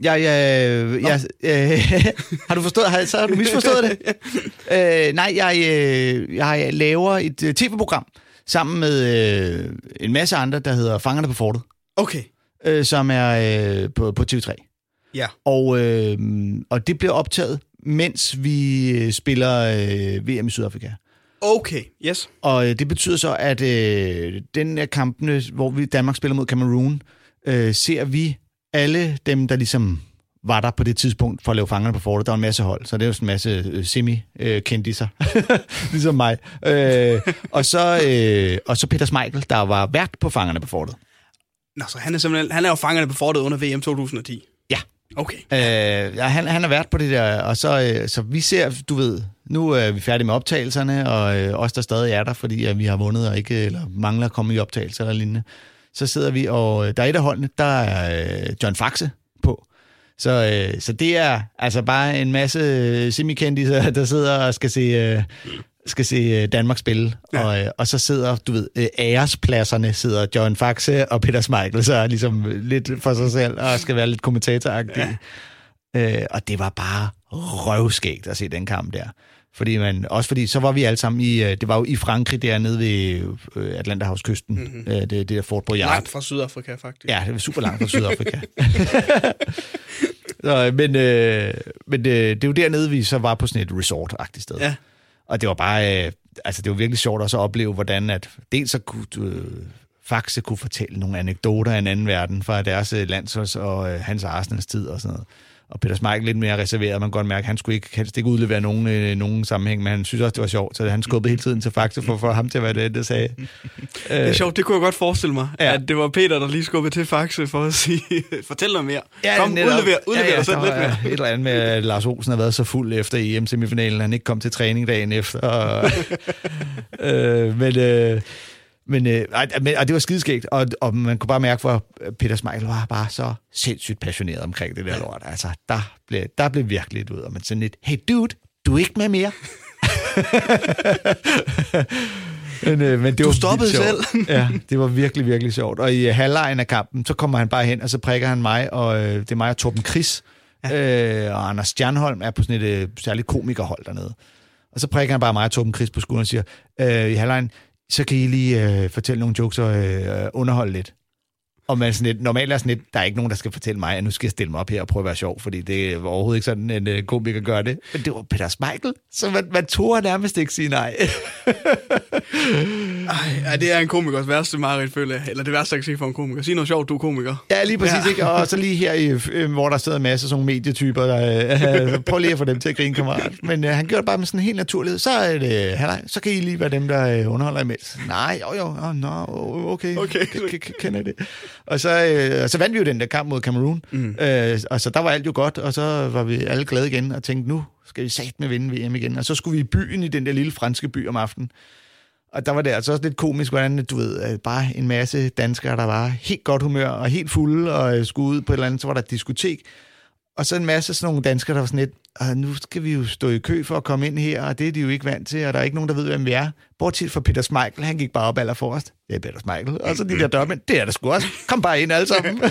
Har du forstået? Så har du misforstået det? Nej, jeg laver et tv-program sammen med en masse andre, der hedder Fangerne på Fortet.
Okay.
Som er på TV3.
Ja.
Og det bliver optaget, mens vi spiller VM i Sydafrika.
Okay, yes.
Og det betyder så, at den af kampene, hvor Danmark spiller mod Cameroon, ser vi alle dem, der ligesom var der på det tidspunkt for at lave Fangerne på Fortet. Der var en masse hold, så det er jo sådan en masse semi-kendiser, ligesom mig. Og så Peter Schmeichel, der var vært på Fangerne på Fortet.
Nå, så han er jo Fangerne på Fortet under VM 2010?
Ja.
Okay.
Han er vært på det der, og så vi ser, du ved, nu er vi færdige med optagelserne, og os, der stadig er der, fordi vi har vundet og ikke eller mangler at komme i optagelser eller lignende. Så sidder vi, og der er et af holdene, der er John Faxe på. Så det er altså bare en masse semikendiser, der sidder og skal se Danmark spille. Ja. Og så sidder, du ved, ærespladserne sidder John Faxe og Peter Schmeichel, så ligesom lidt for sig selv, og skal være lidt kommentatoragtig. Ja. Og det var bare røvskægt at se den kamp der. Fordi så var vi alle sammen det var jo i Frankrig, dernede ved Atlanterhavskysten. Mm-hmm. Det der Fort Boyard.
Langt fra Sydafrika, faktisk.
Ja, det var super langt fra Sydafrika. Men det er jo dernede, vi så var på sådan et resort-agtigt sted. Ja. Og det var bare, det var virkelig sjovt også at opleve, hvordan at dels så kunne Faxe kunne fortælle nogle anekdoter af en anden verden fra deres landsholds og hans Arsenals tid og sådan noget. Og Peter Schmeichel lidt mere reserveret, man kan godt mærke, at han skulle ikke helst ikke udlevere nogen sammenhæng, men han synes også, det var sjovt, så han skubbede hele tiden til Faxe for ham til at være det sagde.
Det er sjovt, det kunne jeg godt forestille mig, at det var Peter, der lige skubbede til Faxe for at sige, fortæl noget mere. Ja, kom, udlever dig selv lidt mere.
Et eller andet med, at Lars Olsen har været så fuld efter EM-semifinalen, han ikke kom til træning dagen efter. Men det var skideskægt, og man kunne bare mærke, hvor Peter Schmeichel var bare så sindssygt passioneret omkring det der lort. Altså, der blev virkelig lidt ud, og man sådan lidt, hey dude, du er ikke med mere. men det
du stoppede selv.
Ja, det var virkelig, virkelig sjovt. Og i halvlejen af kampen, så kommer han bare hen, og så prikker han mig, og det er mig og Torben Chris, og Anders Stjernholm er på sådan et særligt komikerhold dernede. Og så prikker han bare mig og Torben Chris på skulderen og siger, i halvlejen, så kan I lige fortælle nogle jokes og underholde lidt. Og man sådan lidt, normalt er sådan lidt, der er ikke nogen, der skal fortælle mig, at nu skal jeg stille mig op her og prøve at være sjov, fordi det var overhovedet ikke sådan, en komiker gør det. Men det var Peter Schmeichel, så man tog nærmest ikke sige nej.
Ej, det er en komikers værste mareridt, føler jeg. Eller det værste, jeg kan sige for en komiker. Sig noget sjovt, du er komiker.
Ja, lige præcis, ikke? Og så lige her, hvor der sidder en masse sådan nogle medietyper, der prøv lige at få dem til at grine, kammerat. Men han gjorde det bare med sådan en helt naturlighed. Så er det, så kan I lige være dem, der underholder imens. Nej, okay. Kender det. Og så vandt vi jo den der kamp mod Cameroon. Og så der var alt jo godt, og så var vi alle glade igen og tænkte, nu skal vi satme vinde VM igen. Og så skulle vi i byen, i den der lille franske by om aftenen. Og der var det altså også lidt komisk, hvordan du ved, bare en masse danskere, der var helt godt humør og helt fulde og skulle ud på et eller andet, så var der et diskotek. Og så en masse sådan nogle danskere, der var sådan lidt, nu skal vi jo stå i kø for at komme ind her, og det er de jo ikke vant til, og der er ikke nogen, der ved, hvem vi er. Bortset fra Peter Schmeichel, han gik bare op allerforrest. Det er Peter Schmeichel. Og så de der dørmænd, det er der sgu også. Kom bare ind alle sammen.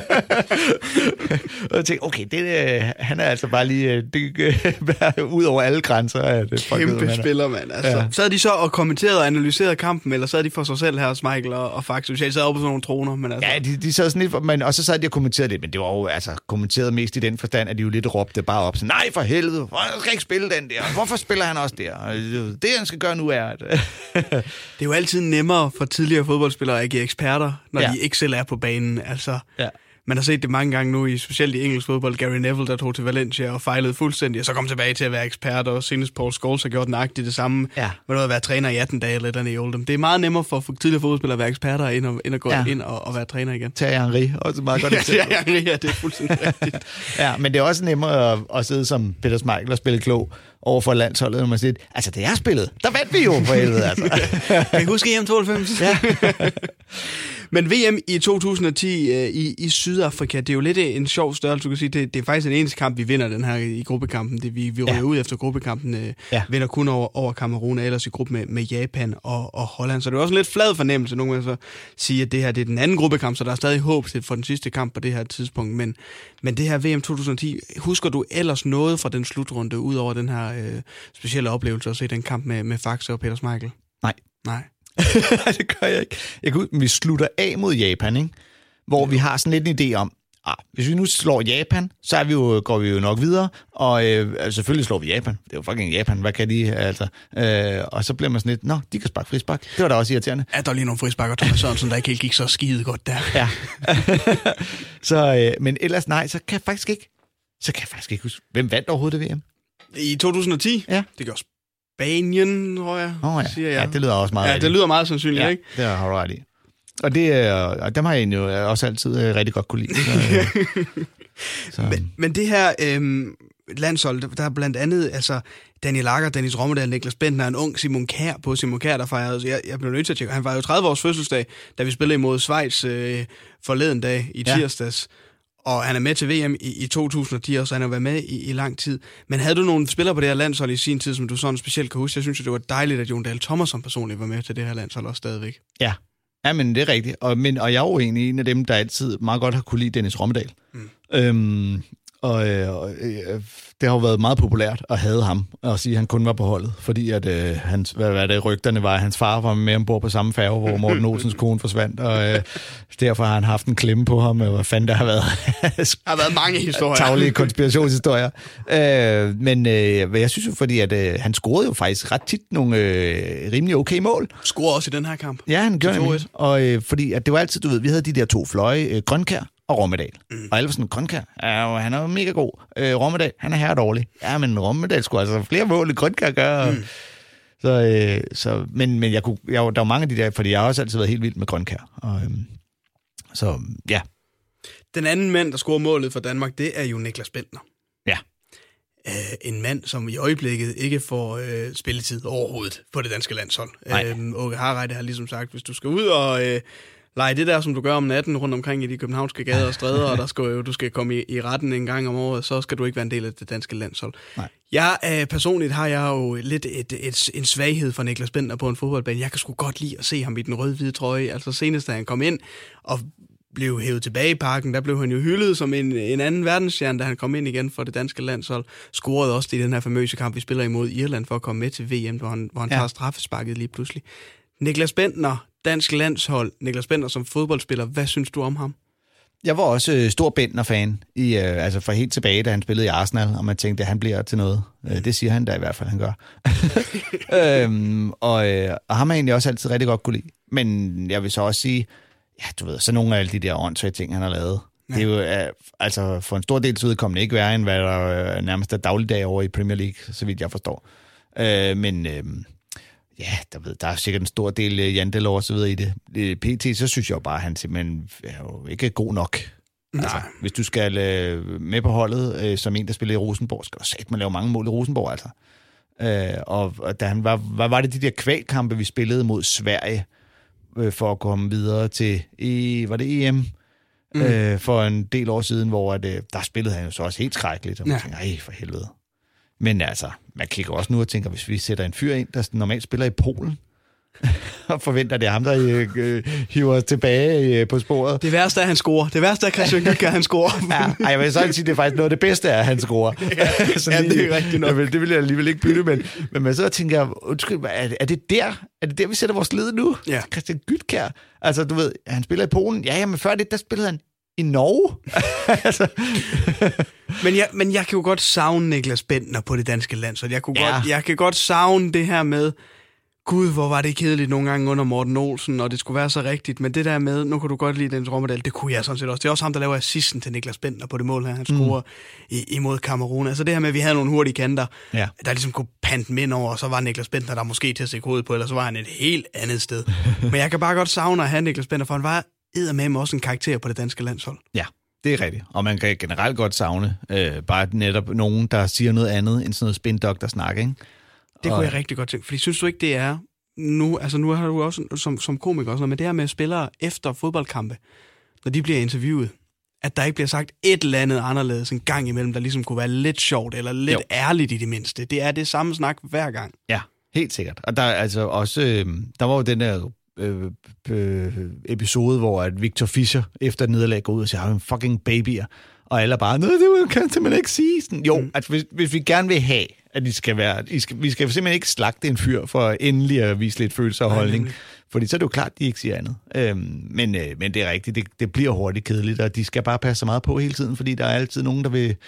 Og jeg tænkte, okay, han er altså bare lige ud over alle grænser.
Kæmpe spiller, mand. Altså. Ja. Sad de så og kommenterede og analyserede kampen, eller sad de for sig selv her, Schmeichel og Faxe? De sad oppe på sådan nogle troner. Men altså.
Ja, de sad sådan lidt, men, og så sad de og kommenterede lidt, men det var jo kommenteret mest i den forstand, at de jo lidt råbte bare op. Så, nej, for helvede, han skal ikke spille den der. Hvorfor spiller han også der? Det, han skal gøre nu, er at...
Det er jo altid nemmere for tidligere fodboldspillere at give eksperter, når de ikke selv er på banen. Altså, man har set det mange gange nu, specielt i engelsk fodbold. Gary Neville, der tog til Valencia og fejlede fuldstændig, og så kom tilbage til at være ekspert, og senest Paul Scholes har gjort nøjagtigt det samme, med at være træner i 18 dage eller et eller andet i Oldham. Det er meget nemmere for tidligere fodboldspillere at være eksperter, end at gå ind og være træner igen.
Thierry Henry, også meget godt eksempel.
Thierry Henry, det er fuldstændig rigtigt.
Ja, men det er også nemmere at sidde som Peter Schmeichel og spille klog over for landsholdet, når man siger, altså det er spillet, der vandt vi jo for helvede, altså.
Kan I huske EM 92? Ja. Men VM i 2010 i Sydafrika, det er jo lidt en sjov størrelse, du kan sige. Det er faktisk den eneste kamp, vi vinder den her i gruppekampen. Vi ryger ud efter gruppekampen, vinder kun over Cameroun, og ellers i gruppe med Japan og Holland. Så det er også en lidt flad fornemmelse, nogen vil så sige, at det her det er den anden gruppekamp, så der er stadig håb for den sidste kamp på det her tidspunkt. Men det her VM 2010, husker du ellers noget fra den slutrunde, ud over den her specielle oplevelse at se den kamp med Faxe og Peter Schmeichel? Nej.
Det gør jeg ikke. Jeg kan huske, vi slutter af mod Japan, ikke? Hvor vi har sådan lidt en idé om, hvis vi nu slår Japan, så går vi jo nok videre, og selvfølgelig slår vi Japan. Det er jo fucking Japan, hvad kan de? Altså, og så bliver man sådan lidt, de kan sparke frispark. Det var da også irriterende.
Ja, der er lige nogle frisparker, Thomas Sørensen, der ikke helt gik så skide godt der.
Ja. Så, men ellers nej, så kan jeg faktisk ikke huske, hvem vandt overhovedet det VM?
I 2010? Ja. Det gjorde Spanien, tror jeg. Siger jeg.
Ja, det lyder også meget rigtigt.
Ja, det lyder meget sandsynligt, ikke?
Det har du ret i. Og dem har jeg jo også altid rigtig godt kunne lide.
Men det her landshold, der er blandt andet altså Daniel Agger, Dennis Rommedal, Niklas Bentner, en ung Simon Kjær, der fejrede. Jeg blev nødt til at tjekke. Han var jo 30 års fødselsdag, da vi spillede imod Schweiz forleden dag i tirsdags. Og han er med til VM i 2010, og så han har været med i lang tid. Men havde du nogle spillere på det her landshold i sin tid, som du sådan specielt kan huske? Jeg synes jo, det var dejligt, at Jon Dahl Thomasson personligt var med til det her landshold også stadigvæk.
Ja, men det er rigtigt. Og jeg er jo egentlig en af dem, der altid meget godt har kunne lide Dennis Rommedal. Og det har jo været meget populært at hade ham, og sige, at han kun var på holdet, fordi at rygterne var, at hans far var med ombord på samme færge, hvor Morten Olsens kone forsvandt, og derfor har han haft en klemme på ham, og hvad fanden der har været.
Der har været mange historier.
Taglige konspirationshistorier. Men jeg synes jo, fordi at han scorede jo faktisk ret tit nogle rimelig okay mål.
Scorede også i den her kamp.
Ja, han gjorde det. Og fordi at det var altid, du ved, vi havde de der 2 fløje, Grønkjær og Rommedal. Og alle var sådan, Grønkjær, han er jo mega god. Rommedal, han er her dårlig. Ja, men Rommedal skulle altså flere mål, end Grønkjær gør. Men der var mange af de der, fordi jeg har også altid været helt vild med Grønkjær. Så ja.
Den anden mand, der scorer målet for Danmark, det er jo Niklas Bendtner.
Ja.
En mand, som i øjeblikket ikke får spilletid overhovedet på det danske landshold. Åke Hareide har ligesom sagt, hvis du skal ud og lege det der, som du gør om natten rundt omkring i de københavnske gader og stræder, og du skal komme i retten en gang om året, så skal du ikke være en del af det danske landshold. Nej. Personligt har jeg jo lidt en svaghed for Niklas Bendtner på en fodboldbane. Jeg kan sgu godt lide at se ham i den rød-hvide trøje. Altså senest, da han kom ind og blev hævet tilbage i parken, der blev han jo hyldet som en anden verdensstjerne, da han kom ind igen for det danske landshold. Scorede også i den her famøse kamp, vi spiller imod Irland for at komme med til VM, hvor han tager straffesparket lige pludselig. Niklas Bendtner, dansk landshold, Niklas Bendtner som fodboldspiller, hvad synes du om ham?
Jeg var også stor Bendtner-fan, altså fra helt tilbage, da han spillede i Arsenal, og man tænkte, at han bliver til noget. Det siger han da i hvert fald, han gør. Og ham har jeg egentlig også altid rigtig godt kunne lide. Men jeg vil så også sige, ja, du ved, så nogle af alle de der åndssvage ting, han har lavet, det er jo altså for en stor del udkommende ikke værre, end hvad der nærmest er dagligdag over i Premier League, så vidt jeg forstår. Ja, der er sikkert en stor del jantelov og så videre i det. PT, så synes jeg jo bare, at han simpelthen er jo ikke god nok. Altså, hvis du skal med på holdet som en, der spiller i Rosenborg, skal du satme lave mange mål i Rosenborg, altså. Og da han var det de der kvalkampe, vi spillede mod Sverige, for at komme videre til, var det EM? For en del år siden, hvor der spillede han jo så også helt skrækkeligt, og man tænker, ej, for helvede. Men altså, man kigger også nu og tænker, hvis vi sætter en fyr ind, der normalt spiller i Polen, og forventer, det er ham, der hiver os tilbage på sporet. Det
værste er, han scorer. Det værste er, Christian Gytker, han scorer.
Jeg vil så sige, det er faktisk noget af det bedste, at han scorer.
Det er rigtigt nok.
Det vil jeg alligevel ikke bytte, men så tænker jeg, undskyld, er det der, vi sætter vores led nu?
Ja.
Christian Gytker. Altså, du ved, han spiller i Polen. Ja, men før det, der spillede han i Norge. Altså.
Men jeg kan jo godt savne Niklas Bendtner på det danske land, så jeg kan godt savne det her med, gud, hvor var det kedeligt nogle gange under Morten Olsen, og det skulle være så rigtigt, men det der med, nu kan du godt lide Dennis Rommedal, det kunne jeg sådan set også. Det er også ham, der laver assisten til Niklas Bendtner på det mål her, han scorer imod Cameroun. Altså det her med, at vi havde nogle hurtige kanter, der ligesom kunne pante ind over, og så var Niklas Bendtner der måske til at stikke hovedet på, eller så var han et helt andet sted. Men jeg kan bare godt savne at have Niklas Bendtner, for han var eddermame også en karakter på det danske landshold.
Ja, det er rigtigt. Og man kan generelt godt savne bare netop nogen, der siger noget andet end sådan noget spindoktor-snak, ikke?
Det kunne jeg rigtig godt tænke, fordi synes du ikke, det er nu har du også som komiker også, men det her med spillere efter fodboldkampe, når de bliver interviewet, at der ikke bliver sagt et eller andet anderledes en gang imellem, der ligesom kunne være lidt sjovt eller lidt ærligt i det mindste. Det er det samme snak hver gang.
Ja, helt sikkert. Og der altså også, der var jo den der episode, hvor at Victor Fischer efter et nederlag går ud og siger, en fucking babyer, og alle er bare, det kan man ikke sige. Sådan, jo, at hvis vi gerne vil have, at de skal være, vi skal simpelthen ikke slagte en fyr for endelig at vise lidt følelse og holdning, fordi så er det jo klart, at de ikke siger andet. Men det er rigtigt, det bliver hurtigt kedeligt, og de skal bare passe så meget på hele tiden, fordi der er altid nogen, der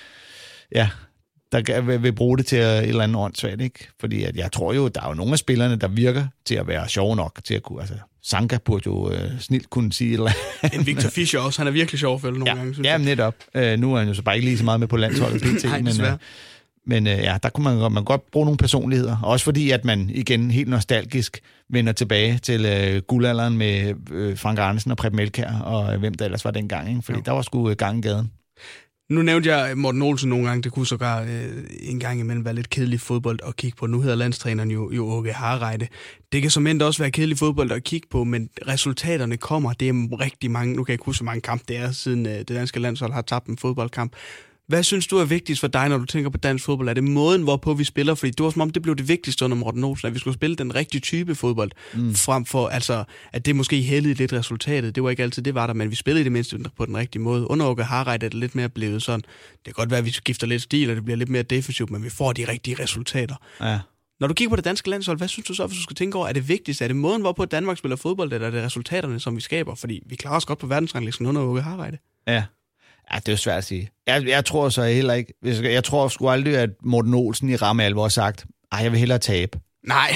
vil bruge det til et eller andet åndssvagt, ikke? Fordi at jeg tror jo, der er jo nogle af spillerne, der virker til at være sjove nok til at kunne, altså Sanka burde jo snilt kunne sige et eller andet.
En Victor Fischer også, han er virkelig sjov for nogle gange, synes jeg.
Ja, netop. Nu er han jo så bare ikke lige så meget med på landsholdet.
Nej,
men der kunne man godt bruge nogle personligheder. Også fordi, at man igen helt nostalgisk vender tilbage til guldalderen med Frank Arnesen og Preben Elkjær, og hvem der ellers var dengang, ikke? Fordi der var sgu gang i gaden.
Nu nævnte jeg Morten Olsen nogle gange, det kunne sågar en gang imellem være lidt kedelig fodbold at kigge på. Nu hedder landstræneren jo Åke Hareide. Det kan som også være kedelig fodbold at kigge på, men resultaterne kommer. Det er rigtig mange, nu kan jeg ikke huske, så mange kampe det er, siden det danske landshold har tabt en fodboldkamp. Hvad synes du er vigtigst for dig, når du tænker på dansk fodbold? Er det måden, hvorpå vi spiller? Fordi det var som om, det blev det vigtigste under Morten Olsen, at vi skulle spille den rigtige type fodbold, frem for altså, at det måske hældede lidt resultatet. Det var ikke altid, det var der, men vi spillede i det mindste på den rigtige måde. Under Åke Harreide er det lidt mere blevet sådan. Det kan godt være, at vi skifter lidt stil, og det bliver lidt mere defensivt, men vi får de rigtige resultater.
Ja.
Når du kigger på det danske landshold, hvad synes du så, hvis du skal tænke over, er det vigtigste? Er det måden, hvorpå Danmark spiller fodbold, eller er det resultaterne, som vi skaber? Fordi vi klarer os godt på verdensranglisten under Åke Harreide.
Ja, det er jo svært at sige. Jeg tror så heller ikke... Jeg tror sgu aldrig, at Morten Olsen i ramme alvor har sagt, jeg vil hellere tabe.
Nej.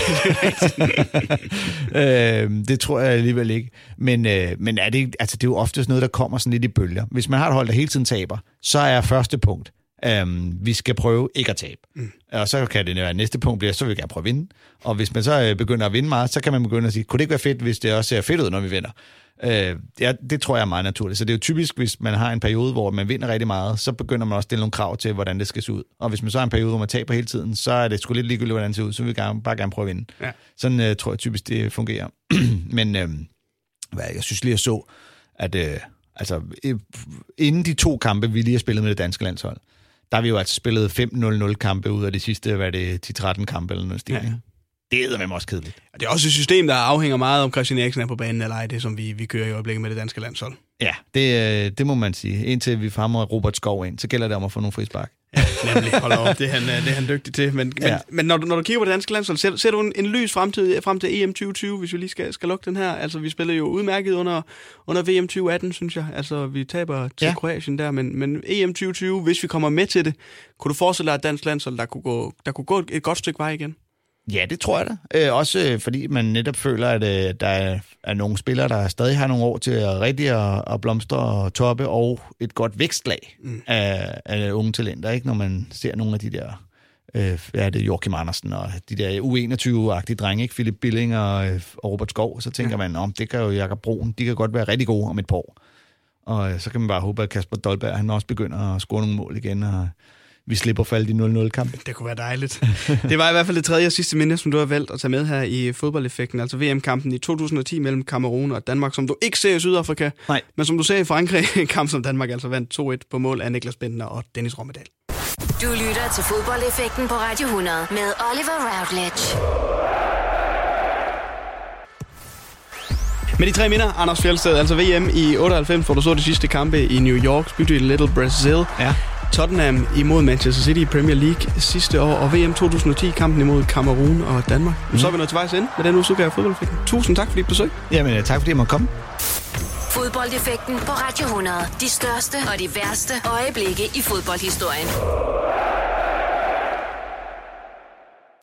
Det tror jeg alligevel ikke. Men er det, altså, det er jo ofte noget, der kommer sådan lidt i bølger. Hvis man har et hold, der hele tiden taber, så er første punkt, vi skal prøve ikke at tabe. Og så kan det være næste punkt bliver, så vil vi gerne prøve at vinde. Og hvis man så begynder at vinde meget, så kan man begynde at sige, kunne det ikke være fedt, hvis det også ser fedt ud, når vi vinder? Det tror jeg er meget naturligt. Så det er jo typisk, hvis man har en periode, hvor man vinder rigtig meget, så begynder man også at stille nogle krav til, hvordan det skal se ud. Og hvis man så har en periode, hvor man taber hele tiden, så er det sgu lidt ligegyldigt, hvordan det ser ud, så vil vi bare gerne prøve at vinde. Ja. Sådan tror jeg typisk, det fungerer. Men jeg synes lige, jeg så, at inden de 2 kampe, vi lige har spillet med det danske landshold, der har vi jo altså spillet 5-0-0 kampe ud af de sidste, 10-13 kampe eller noget stil. Ja. Det er med også kedeligt.
Det er også et system, der afhænger meget om Christian Eriksen er på banen, eller ej, det som vi kører i øjeblikket med det danske landshold.
Ja, det må man sige. Indtil vi fremmer Robert Skov ind, så gælder det om at få nogle frispark.
Ja, nemlig. Hold op, det er han dygtig til. Men når du kigger på det danske landshold, ser du en lys frem til EM 2020, hvis vi lige skal lukke den her? Altså, vi spiller jo udmærket under VM 2018, synes jeg. Altså, vi taber til Kroatien der, men EM 2020, hvis vi kommer med til det, kunne du forestille dig et dansk landshold, der kunne gå et godt stykke vej igen?
Ja, det tror jeg da. Også fordi man netop føler, at der er nogle spillere, der stadig har nogle år til at blomstre og toppe, og et godt vækstlag af unge talenter, ikke? Når man ser nogle af de der, Joachim Andersen og de der U21-agtige drenge, ikke? Philip Billing og Robert Skov, så tænker man, det kan jo Jakob Broen, de kan godt være rigtig gode om et par år. Og så kan man bare håbe, at Kasper Dolberg, han også begynder at score nogle mål igen, og vi slipper falde de 0-0-kamp.
Det kunne være dejligt. Det var i hvert fald det tredje og sidste minde, som du har valgt at tage med her i fodboldeffekten, altså VM-kampen i 2010 mellem Cameroun og Danmark, som du ikke ser i Sydafrika, nej, men som du ser i Frankrig, en kamp, som Danmark altså vandt 2-1 på mål af Niklas Bentner og Dennis Rommedal.
Du lytter til fodboldeffekten på Radio 100 med Oliver Routledge.
Med de 3 minder, Anders Fjeldsted, altså VM i 98, hvor du så de sidste kampe i New York, bytte i Little Brazil. Ja. Tottenham imod Manchester City i Premier League sidste år, og VM 2010, kampen imod Cameroun og Danmark. Så er vi nået til vejs ende med den udgave af fodboldeffekten. Tusind tak for dit besøg.
Jamen, tak fordi jeg måtte komme.
Fodboldeffekten på Radio 100. De største og de værste øjeblikke i fodboldhistorien.